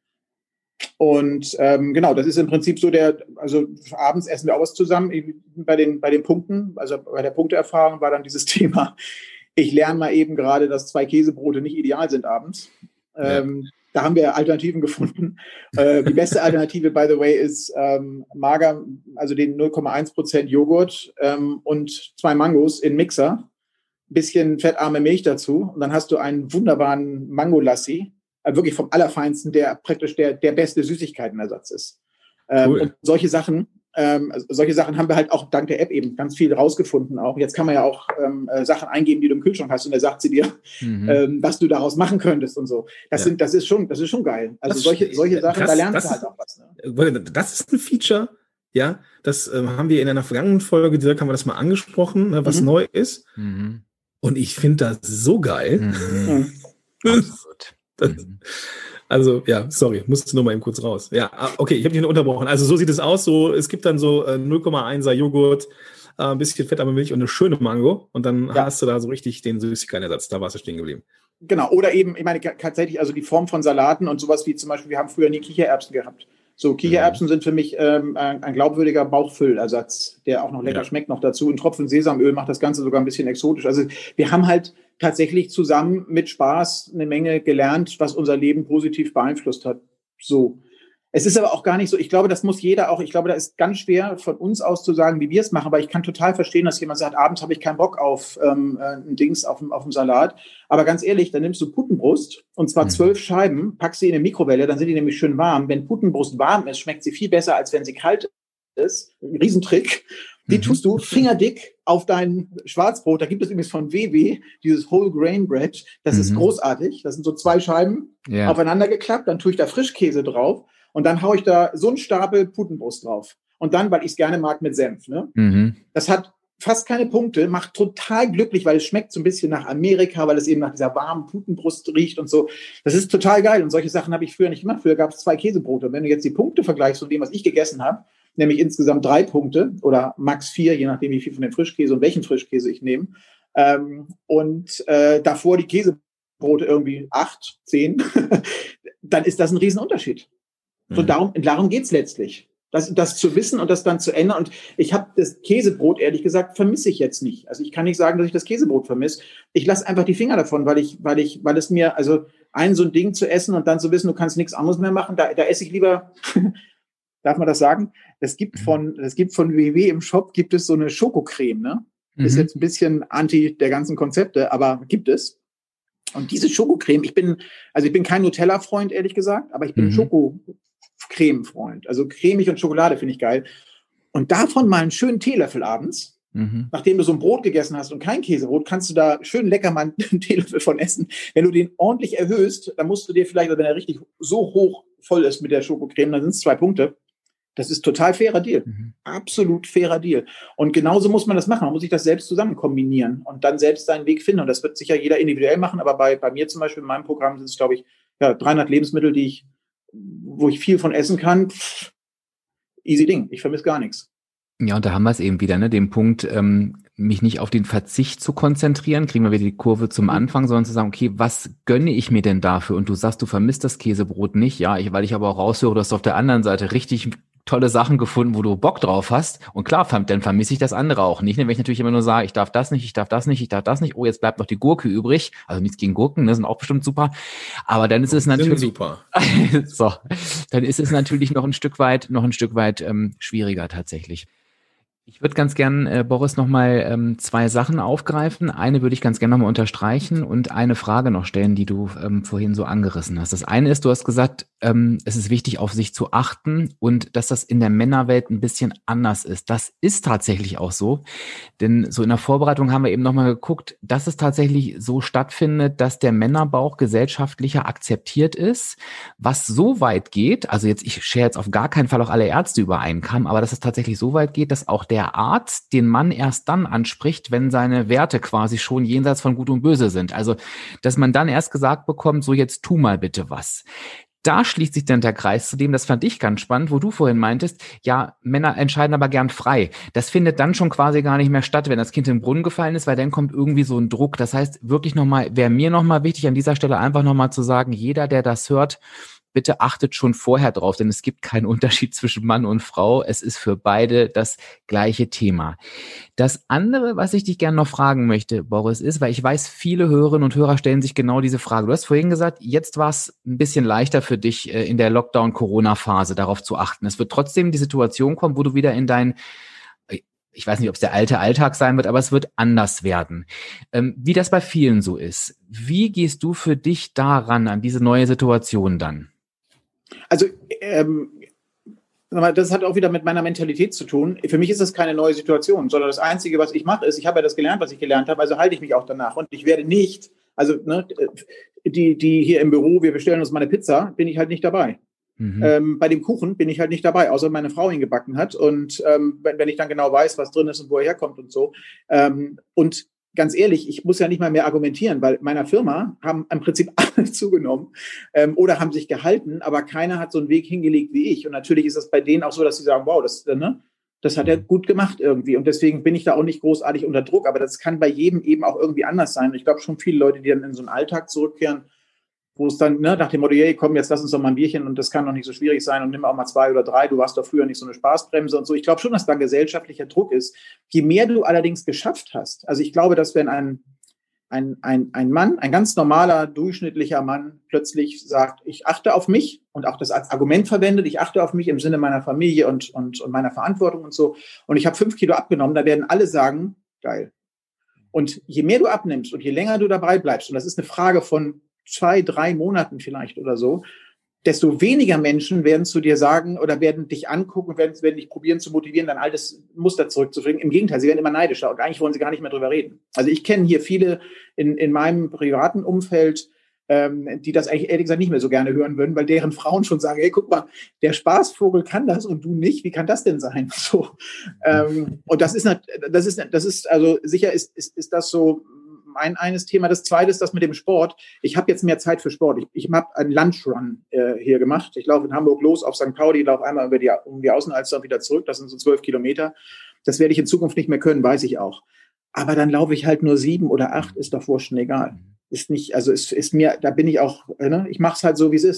Und ähm, genau, das ist im Prinzip so der, also abends essen wir auch was zusammen. Bei den, bei den Punkten, also bei der Punkteerfahrung war dann dieses Thema, ich lerne mal eben gerade, dass zwei Käsebrote nicht ideal sind abends. Ja. Ähm, da haben wir Alternativen gefunden. Äh, die beste Alternative, by the way, ist ähm, mager, also den null Komma eins Prozent Joghurt ähm, und zwei Mangos in Mixer. Bisschen fettarme Milch dazu und dann hast du einen wunderbaren Mango-Lassi, äh, wirklich vom Allerfeinsten, der praktisch der, der beste Süßigkeitenersatz ist. Ähm, cool. Und solche Sachen, ähm, also solche Sachen haben wir halt auch dank der App eben ganz viel rausgefunden auch. Jetzt kann man ja auch ähm, äh, Sachen eingeben, die du im Kühlschrank hast und da sagt sie dir, mhm. ähm, was du daraus machen könntest und so. Das, ja. sind, das, ist, schon, das ist schon geil. Also das, solche, solche Sachen, das, da lernst du halt auch was. Ne? Das ist ein Feature, ja, das ähm, haben wir in einer vergangenen Folge, direkt haben wir das mal angesprochen, ne, was mhm. neu ist. Mhm. Und ich finde das so geil. Mhm. Absolut. Das, also, ja, sorry, musste nur mal eben kurz raus. Ja, okay, ich habe dich nur unterbrochen. Also, so sieht es aus. So, es gibt dann so äh, null Komma einser Joghurt, äh, ein bisschen fettarme Milch und eine schöne Mango. Und dann ja. hast du da so richtig den Süßigkeitenersatz. Da warst du stehen geblieben. Genau, oder eben, ich meine, tatsächlich, also die Form von Salaten und sowas wie zum Beispiel, wir haben früher nie Kichererbsen gehabt. So, Kichererbsen mhm. sind für mich ähm, ein, ein glaubwürdiger Bauchfüllersatz, der auch noch lecker ja. schmeckt noch dazu. Ein Tropfen Sesamöl macht das Ganze sogar ein bisschen exotisch. Also wir haben halt tatsächlich zusammen mit Spaß eine Menge gelernt, was unser Leben positiv beeinflusst hat. So. Es ist aber auch gar nicht so, ich glaube, das muss jeder auch, ich glaube, da ist ganz schwer von uns aus zu sagen, wie wir es machen, aber ich kann total verstehen, dass jemand sagt, abends habe ich keinen Bock auf ähm, ein Dings, auf, auf einen Salat. Aber ganz ehrlich, dann nimmst du Puttenbrust und zwar mhm. zwölf Scheiben, packst sie in eine Mikrowelle, dann sind die nämlich schön warm. Wenn Puttenbrust warm ist, schmeckt sie viel besser, als wenn sie kalt ist. Ein Riesentrick. Die mhm. tust du fingerdick auf dein Schwarzbrot. Da gibt es übrigens von W W dieses Whole Grain Bread. Das mhm. ist großartig. Das sind so zwei Scheiben ja. aufeinander geklappt. Dann tue ich da Frischkäse drauf. Und dann haue ich da so einen Stapel Putenbrust drauf. Und dann, weil ich es gerne mag, mit Senf. Ne? Mhm. Das hat fast keine Punkte, macht total glücklich, weil es schmeckt so ein bisschen nach Amerika, weil es eben nach dieser warmen Putenbrust riecht und so. Das ist total geil. Und solche Sachen habe ich früher nicht gemacht. Früher gab es zwei Käsebrote. Und wenn du jetzt die Punkte vergleichst von dem, was ich gegessen habe, nämlich insgesamt drei Punkte oder max vier, je nachdem, wie viel von dem Frischkäse und welchen Frischkäse ich nehme. Ähm, und äh, davor die Käsebrote irgendwie acht, zehn, dann ist das ein Riesenunterschied. So, darum, darum geht's letztlich. Das, das zu wissen und das dann zu ändern. Und ich habe das Käsebrot, ehrlich gesagt, vermisse ich jetzt nicht. Also ich kann nicht sagen, dass ich das Käsebrot vermisse. Ich lasse einfach die Finger davon, weil ich, weil ich, weil es mir, also ein so ein Ding zu essen und dann zu wissen, du kannst nichts anderes mehr machen, da, da esse ich lieber, darf man das sagen? Es gibt von, es gibt von W W im Shop, gibt es so eine Schokocreme, ne? Mhm. Ist jetzt ein bisschen anti der ganzen Konzepte, aber gibt es. Und diese Schokocreme, ich bin, also ich bin kein Nutella-Freund, ehrlich gesagt, aber ich bin mhm. Schoko Creme-Freund. Also cremig und Schokolade finde ich geil. Und davon mal einen schönen Teelöffel abends, mhm. nachdem du so ein Brot gegessen hast und kein Käsebrot, kannst du da schön lecker mal einen Teelöffel von essen. Wenn du den ordentlich erhöhst, dann musst du dir vielleicht, wenn er richtig so hoch voll ist mit der Schokocreme, dann sind es zwei Punkte. Das ist total fairer Deal. Mhm. Absolut fairer Deal. Und genauso muss man das machen. Man muss sich das selbst zusammen kombinieren und dann selbst seinen Weg finden. Und das wird sicher jeder individuell machen. Aber bei, bei mir zum Beispiel in meinem Programm sind es, glaube ich, ja, dreihundert Lebensmittel, die ich wo ich viel von essen kann, pff, easy Ding. Ich vermisse gar nichts. Ja, und da haben wir es eben wieder, ne, den Punkt, ähm, mich nicht auf den Verzicht zu konzentrieren, kriegen wir wieder die Kurve zum Anfang, sondern zu sagen, okay, was gönne ich mir denn dafür? Und du sagst, du vermisst das Käsebrot nicht, ja, ich, weil ich aber auch raushöre, du hast auf der anderen Seite richtig tolle Sachen gefunden, wo du Bock drauf hast. Und klar, dann vermisse ich das andere auch nicht. Ne? Wenn ich natürlich immer nur sage, ich darf das nicht, ich darf das nicht, ich darf das nicht. Oh, jetzt bleibt noch die Gurke übrig. Also nichts gegen Gurken, ne? Sind auch bestimmt super. Aber dann ist es natürlich super. So, dann ist es natürlich noch ein Stück weit, noch ein Stück weit ähm, schwieriger tatsächlich. Ich würde ganz gern, äh, Boris, nochmal ähm, zwei Sachen aufgreifen. Eine würde ich ganz gerne nochmal unterstreichen und eine Frage noch stellen, die du ähm, vorhin so angerissen hast. Das eine ist, du hast gesagt, ähm, es ist wichtig, auf sich zu achten und dass das in der Männerwelt ein bisschen anders ist. Das ist tatsächlich auch so, denn so in der Vorbereitung haben wir eben nochmal geguckt, dass es tatsächlich so stattfindet, dass der Männerbauch gesellschaftlicher akzeptiert ist, was so weit geht, also jetzt, ich schere jetzt auf gar keinen Fall auch alle Ärzte über einen Kamm, aber dass es tatsächlich so weit geht, dass auch der der Arzt den Mann erst dann anspricht, wenn seine Werte quasi schon jenseits von Gut und Böse sind. Also, dass man dann erst gesagt bekommt, so jetzt tu mal bitte was. Da schließt sich dann der Kreis zu dem, das fand ich ganz spannend, wo du vorhin meintest, ja, Männer entscheiden aber gern frei. Das findet dann schon quasi gar nicht mehr statt, wenn das Kind in den Brunnen gefallen ist, weil dann kommt irgendwie so ein Druck. Das heißt, wirklich nochmal, wäre mir nochmal wichtig, an dieser Stelle einfach nochmal zu sagen, jeder, der das hört, bitte achtet schon vorher drauf, denn es gibt keinen Unterschied zwischen Mann und Frau. Es ist für beide das gleiche Thema. Das andere, was ich dich gerne noch fragen möchte, Boris, ist, weil ich weiß, viele Hörerinnen und Hörer stellen sich genau diese Frage. Du hast vorhin gesagt, jetzt war es ein bisschen leichter für dich in der Lockdown-Corona-Phase darauf zu achten. Es wird trotzdem die Situation kommen, wo du wieder in dein, ich weiß nicht, ob es der alte Alltag sein wird, aber es wird anders werden. Ähm, wie das bei vielen so ist. Wie gehst du für dich daran, an diese neue Situation dann? Also, ähm, das hat auch wieder mit meiner Mentalität zu tun. Für mich ist das keine neue Situation, sondern das Einzige, was ich mache, ist, ich habe ja das gelernt, was ich gelernt habe, also halte ich mich auch danach. Und ich werde nicht, also ne, die, die hier im Büro, wir bestellen uns mal eine Pizza, bin ich halt nicht dabei. Mhm. Ähm, bei dem Kuchen bin ich halt nicht dabei, außer meine Frau ihn gebacken hat. Und ähm, wenn, wenn ich dann genau weiß, was drin ist und wo er herkommt und so. Ähm, und ganz ehrlich, ich muss ja nicht mal mehr argumentieren, weil meiner Firma haben im Prinzip alle zugenommen ähm, oder haben sich gehalten, aber keiner hat so einen Weg hingelegt wie ich. Und natürlich ist das bei denen auch so, dass sie sagen, wow, das, ne, das hat er gut gemacht irgendwie. Und deswegen bin ich da auch nicht großartig unter Druck. Aber das kann bei jedem eben auch irgendwie anders sein. Und ich glaube schon viele Leute, die dann in so einen Alltag zurückkehren, wo es dann ne, nach dem Motto, hey, komm, jetzt lass uns doch mal ein Bierchen und das kann doch nicht so schwierig sein und nimm auch mal zwei oder drei, du warst doch früher nicht so eine Spaßbremse und so. Ich glaube schon, dass da gesellschaftlicher Druck ist. Je mehr du allerdings geschafft hast, also ich glaube, dass wenn ein, ein, ein, ein Mann, ein ganz normaler, durchschnittlicher Mann plötzlich sagt, ich achte auf mich und auch das als Argument verwendet, ich achte auf mich im Sinne meiner Familie und, und, und meiner Verantwortung und so und ich habe fünf Kilo abgenommen, da werden alle sagen, geil. Und je mehr du abnimmst und je länger du dabei bleibst, und das ist eine Frage von zwei, drei Monaten vielleicht oder so, desto weniger Menschen werden zu dir sagen oder werden dich angucken, werden, werden dich probieren zu motivieren, dein altes Muster zurückzubringen. Im Gegenteil, sie werden immer neidischer und eigentlich wollen sie gar nicht mehr drüber reden. Also ich kenne hier viele in, in meinem privaten Umfeld, ähm, die das eigentlich ehrlich gesagt nicht mehr so gerne hören würden, weil deren Frauen schon sagen, hey, guck mal, der Spaßvogel kann das und du nicht, wie kann das denn sein? So, ähm, und das ist, das ist, das ist, also sicher ist, ist, ist das so ein eines Thema. Das zweite ist das mit dem Sport. Ich habe jetzt mehr Zeit für Sport. Ich, ich habe einen Lunchrun äh, hier gemacht. Ich laufe in Hamburg los auf Sankt Pauli, laufe einmal über die, um die Außenalster und wieder zurück. Das sind so zwölf Kilometer. Das werde ich in Zukunft nicht mehr können, weiß ich auch. Aber dann laufe ich halt nur sieben oder acht, ist doch wurscht, egal. Ist nicht, also ist, ist mir, da bin ich auch, ne? Ich mache es halt so, wie es ist.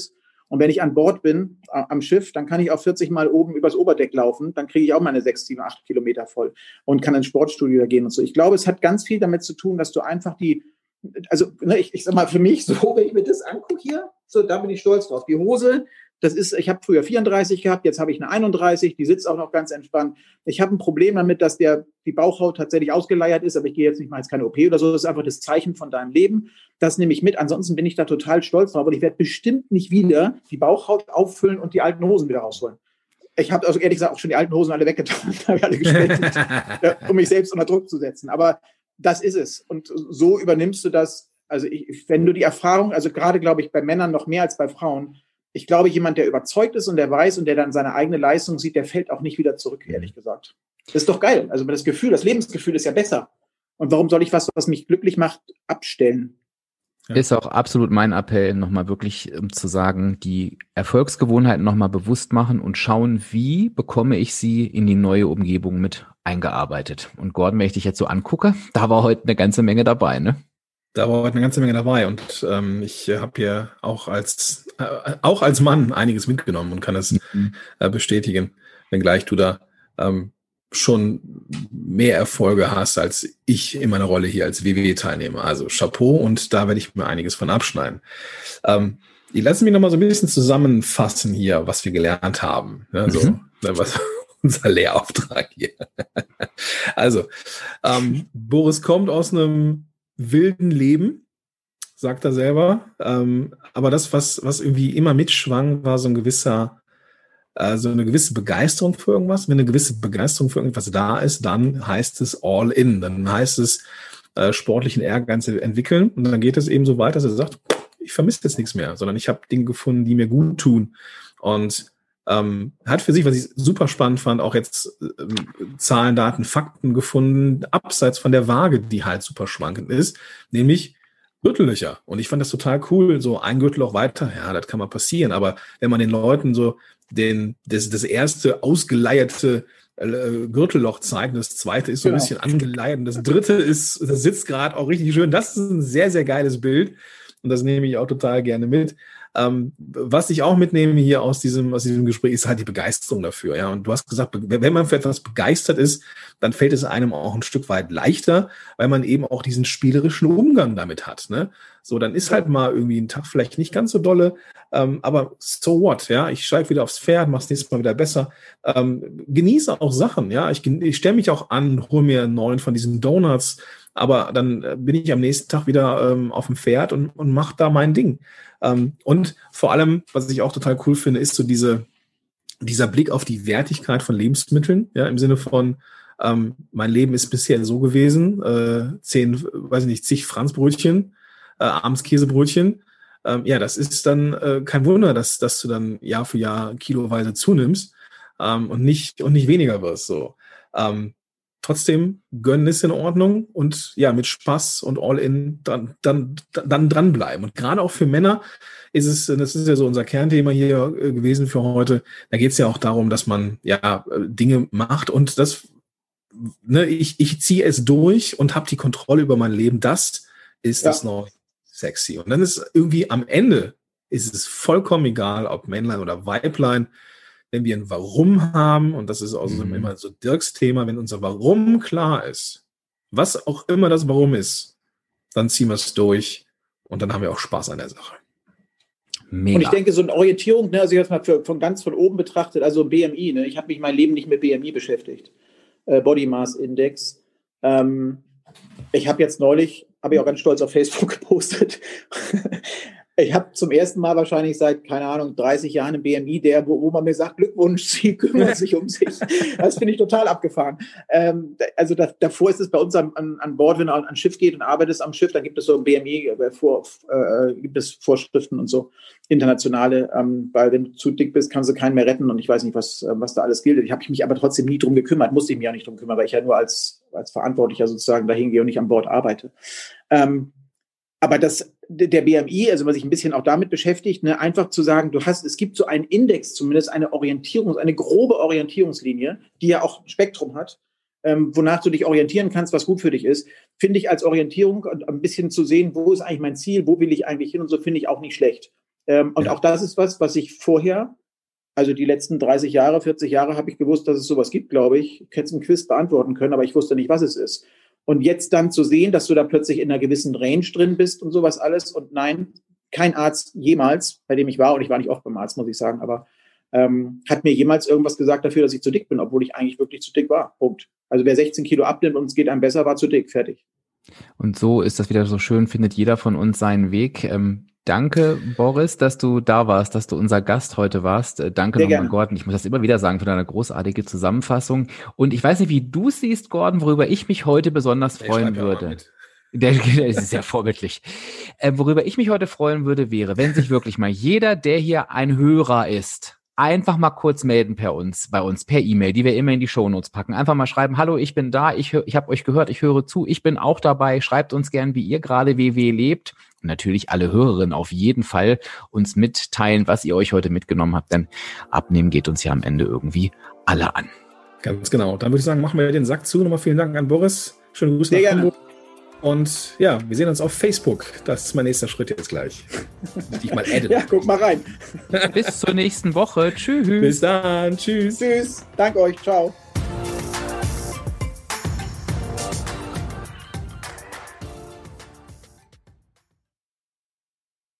Und wenn ich an Bord bin, am Schiff, dann kann ich auch vierzig Mal oben übers Oberdeck laufen. Dann kriege ich auch meine sechs, sieben, acht Kilometer voll und kann ins Sportstudio gehen und so. Ich glaube, es hat ganz viel damit zu tun, dass du einfach die, also ne, ich, ich sag mal, für mich, so wenn ich mir das angucke hier, so da bin ich stolz drauf. Die Hose, das ist, ich habe früher vierunddreißig gehabt, jetzt habe ich eine einunddreißig, die sitzt auch noch ganz entspannt. Ich habe ein Problem damit, dass der die Bauchhaut tatsächlich ausgeleiert ist, aber ich gehe jetzt nicht mal, jetzt keine O P oder so, das ist einfach das Zeichen von deinem Leben. Das nehme ich mit, ansonsten bin ich da total stolz drauf und ich werde bestimmt nicht wieder die Bauchhaut auffüllen und die alten Hosen wieder rausholen. Ich habe also ehrlich gesagt auch schon die alten Hosen alle weggetan, habe ich alle gespendet, um mich selbst unter Druck zu setzen. Aber das ist es. Und so übernimmst du das. Also ich, wenn du die Erfahrung, also gerade glaube ich bei Männern noch mehr als bei Frauen, ich glaube, jemand, der überzeugt ist und der weiß und der dann seine eigene Leistung sieht, der fällt auch nicht wieder zurück, ehrlich gesagt. Das ist doch geil. Also das Gefühl, das Lebensgefühl ist ja besser. Und warum soll ich was, was mich glücklich macht, abstellen? Ja. Ist auch absolut mein Appell, nochmal wirklich um zu sagen, die Erfolgsgewohnheiten nochmal bewusst machen und schauen, wie bekomme ich sie in die neue Umgebung mit eingearbeitet. Und Gordon, wenn ich dich jetzt so angucke, da war heute eine ganze Menge dabei, ne? Da war heute eine ganze Menge dabei und ähm, ich äh, habe hier auch als äh, auch als Mann einiges mitgenommen und kann es mhm. äh, bestätigen, wenngleich du da ähm, schon mehr Erfolge hast als ich in meiner Rolle hier als W W E-Teilnehmer. Also Chapeau und da werde ich mir einiges von abschneiden. Ähm, ich lasse mich nochmal so ein bisschen zusammenfassen hier, was wir gelernt haben. Ja, so, mhm. was unser Lehrauftrag hier. Also, ähm, Boris kommt aus einem wilden Leben, sagt er selber. Ähm, aber das, was, was irgendwie immer mitschwang, war so ein gewisser, äh, so eine gewisse Begeisterung für irgendwas. Wenn eine gewisse Begeisterung für irgendwas da ist, dann heißt es all in. Dann heißt es äh, sportlichen Ehrgeiz entwickeln. Und dann geht es eben so weit, dass er sagt, ich vermisse jetzt nichts mehr, sondern ich habe Dinge gefunden, die mir gut tun. Und ähm, hat für sich, was ich super spannend fand, auch jetzt ähm, Zahlen, Daten, Fakten gefunden, abseits von der Waage, die halt super schwankend ist, nämlich Gürtellöcher. Und ich fand das total cool, so ein Gürtelloch weiter, ja, das kann mal passieren, aber wenn man den Leuten so den das, das erste ausgeleierte äh, Gürtelloch zeigt, das zweite ist so ein genau. bisschen angeleiert und das dritte ist, das sitzt gerade auch richtig schön, das ist ein sehr, sehr geiles Bild und das nehme ich auch total gerne mit. Ähm, was ich auch mitnehme hier aus diesem, aus diesem Gespräch, ist halt die Begeisterung dafür. Ja, und du hast gesagt, wenn man für etwas begeistert ist, dann fällt es einem auch ein Stück weit leichter, weil man eben auch diesen spielerischen Umgang damit hat. Ne? So, dann ist halt mal irgendwie ein Tag vielleicht nicht ganz so dolle, ähm, aber so what? Ja, ich steige wieder aufs Pferd, mach's nächstes Mal wieder besser. Ähm, genieße auch Sachen. Ja, ich, ich stelle mich auch an, hole mir neun von diesen Donuts, aber dann bin ich am nächsten Tag wieder ähm, auf dem Pferd und, und mache da mein Ding. Um, und vor allem, was ich auch total cool finde, ist so diese, dieser Blick auf die Wertigkeit von Lebensmitteln, ja, im Sinne von, ähm, mein Leben ist bisher so gewesen, äh, zehn, weiß ich nicht, zig Franzbrötchen, äh, abends Käsebrötchen, ähm, ja, das ist dann äh, kein Wunder, dass, dass du dann Jahr für Jahr kiloweise zunimmst, ähm, und nicht, und nicht weniger wirst, so. Ähm, Trotzdem gönnen ist in Ordnung und ja, mit Spaß und All-in dann, dann, dann dranbleiben. Und gerade auch für Männer ist es, das ist ja so unser Kernthema hier gewesen für heute, da geht es ja auch darum, dass man ja Dinge macht und das, ne, ich, ich ziehe es durch und habe die Kontrolle über mein Leben. Das ist ja das neue Sexy. Und dann ist irgendwie am Ende ist es vollkommen egal, ob Männlein oder Weiblein, wenn wir ein Warum haben, und das ist auch so mhm. immer so Dirks Thema, wenn unser Warum klar ist, was auch immer das Warum ist, dann ziehen wir es durch und dann haben wir auch Spaß an der Sache. Mega. Und ich denke, so eine Orientierung, ne, also ich habe es mal für, von ganz von oben betrachtet, also B M I, ne, ich habe mich mein Leben nicht mit B M I beschäftigt, äh, Body Mass Index. Ähm, ich habe jetzt neulich, habe ich auch ganz stolz auf Facebook gepostet, ich habe zum ersten Mal wahrscheinlich seit, keine Ahnung, dreißig Jahren ein B M I, der, wo, wo man mir sagt, Glückwunsch, Sie kümmern sich um sich. Das finde ich total abgefahren. Ähm, also da, davor ist es bei uns an, an, an Bord, wenn du an Schiff geht und arbeitest am Schiff, dann gibt es so ein B M I, äh, vor, äh, gibt es Vorschriften und so, internationale, ähm, weil wenn du zu dick bist, kannst du keinen mehr retten und ich weiß nicht, was, was da alles gilt. Ich habe mich aber trotzdem nie drum gekümmert, musste ich mich auch nicht drum kümmern, weil ich ja nur als, als Verantwortlicher sozusagen dahin gehe und nicht an Bord arbeite. Ähm, Aber das, der B M I, also was sich ein bisschen auch damit beschäftigt, ne, einfach zu sagen, du hast, es gibt so einen Index, zumindest eine Orientierung, eine grobe Orientierungslinie, die ja auch ein Spektrum hat, ähm, wonach du dich orientieren kannst, was gut für dich ist, finde ich als Orientierung ein bisschen zu sehen, wo ist eigentlich mein Ziel, wo will ich eigentlich hin und so, finde ich auch nicht schlecht. Ähm, und ja. auch das ist was, was ich vorher, also die letzten dreißig Jahre, vierzig Jahre habe ich gewusst, dass es sowas gibt, glaube ich. Ich hätte es im Quiz beantworten können, aber ich wusste nicht, was es ist. Und jetzt dann zu sehen, dass du da plötzlich in einer gewissen Range drin bist und sowas alles. Und nein, kein Arzt jemals, bei dem ich war, und ich war nicht oft beim Arzt, muss ich sagen, aber ähm, hat mir jemals irgendwas gesagt dafür, dass ich zu dick bin, obwohl ich eigentlich wirklich zu dick war. Punkt. Also wer sechzehn Kilo abnimmt und es geht einem besser, war zu dick. Fertig. Und so ist das wieder so schön, findet jeder von uns seinen Weg. Ähm, danke, Boris, dass du da warst, dass du unser Gast heute warst. Äh, danke nochmal, Gordon. Ich muss das immer wieder sagen, für deine großartige Zusammenfassung. Und ich weiß nicht, wie du es siehst, Gordon, worüber ich mich heute besonders freuen würde. Der, der ist sehr vorbildlich. Äh, worüber ich mich heute freuen würde, wäre, wenn sich wirklich mal jeder, der hier ein Hörer ist, einfach mal kurz melden per uns, bei uns, per E-Mail, die wir immer in die Shownotes packen. Einfach mal schreiben, hallo, ich bin da, ich, hör, ich habe euch gehört, ich höre zu, ich bin auch dabei. Schreibt uns gern, wie ihr gerade W W lebt. Und natürlich alle Hörerinnen auf jeden Fall uns mitteilen, was ihr euch heute mitgenommen habt, denn abnehmen geht uns ja am Ende irgendwie alle an. Ganz genau. Dann würde ich sagen, machen wir den Sack zu. Nochmal vielen Dank an Boris. Schöne Grüße nach Hamburg. Und ja, wir sehen uns auf Facebook. Das ist mein nächster Schritt jetzt gleich. Ich mal adden. Ja, guck mal rein. Bis zur nächsten Woche. Tschüss. Bis dann. Tschüss. Tschüss. Danke euch. Ciao.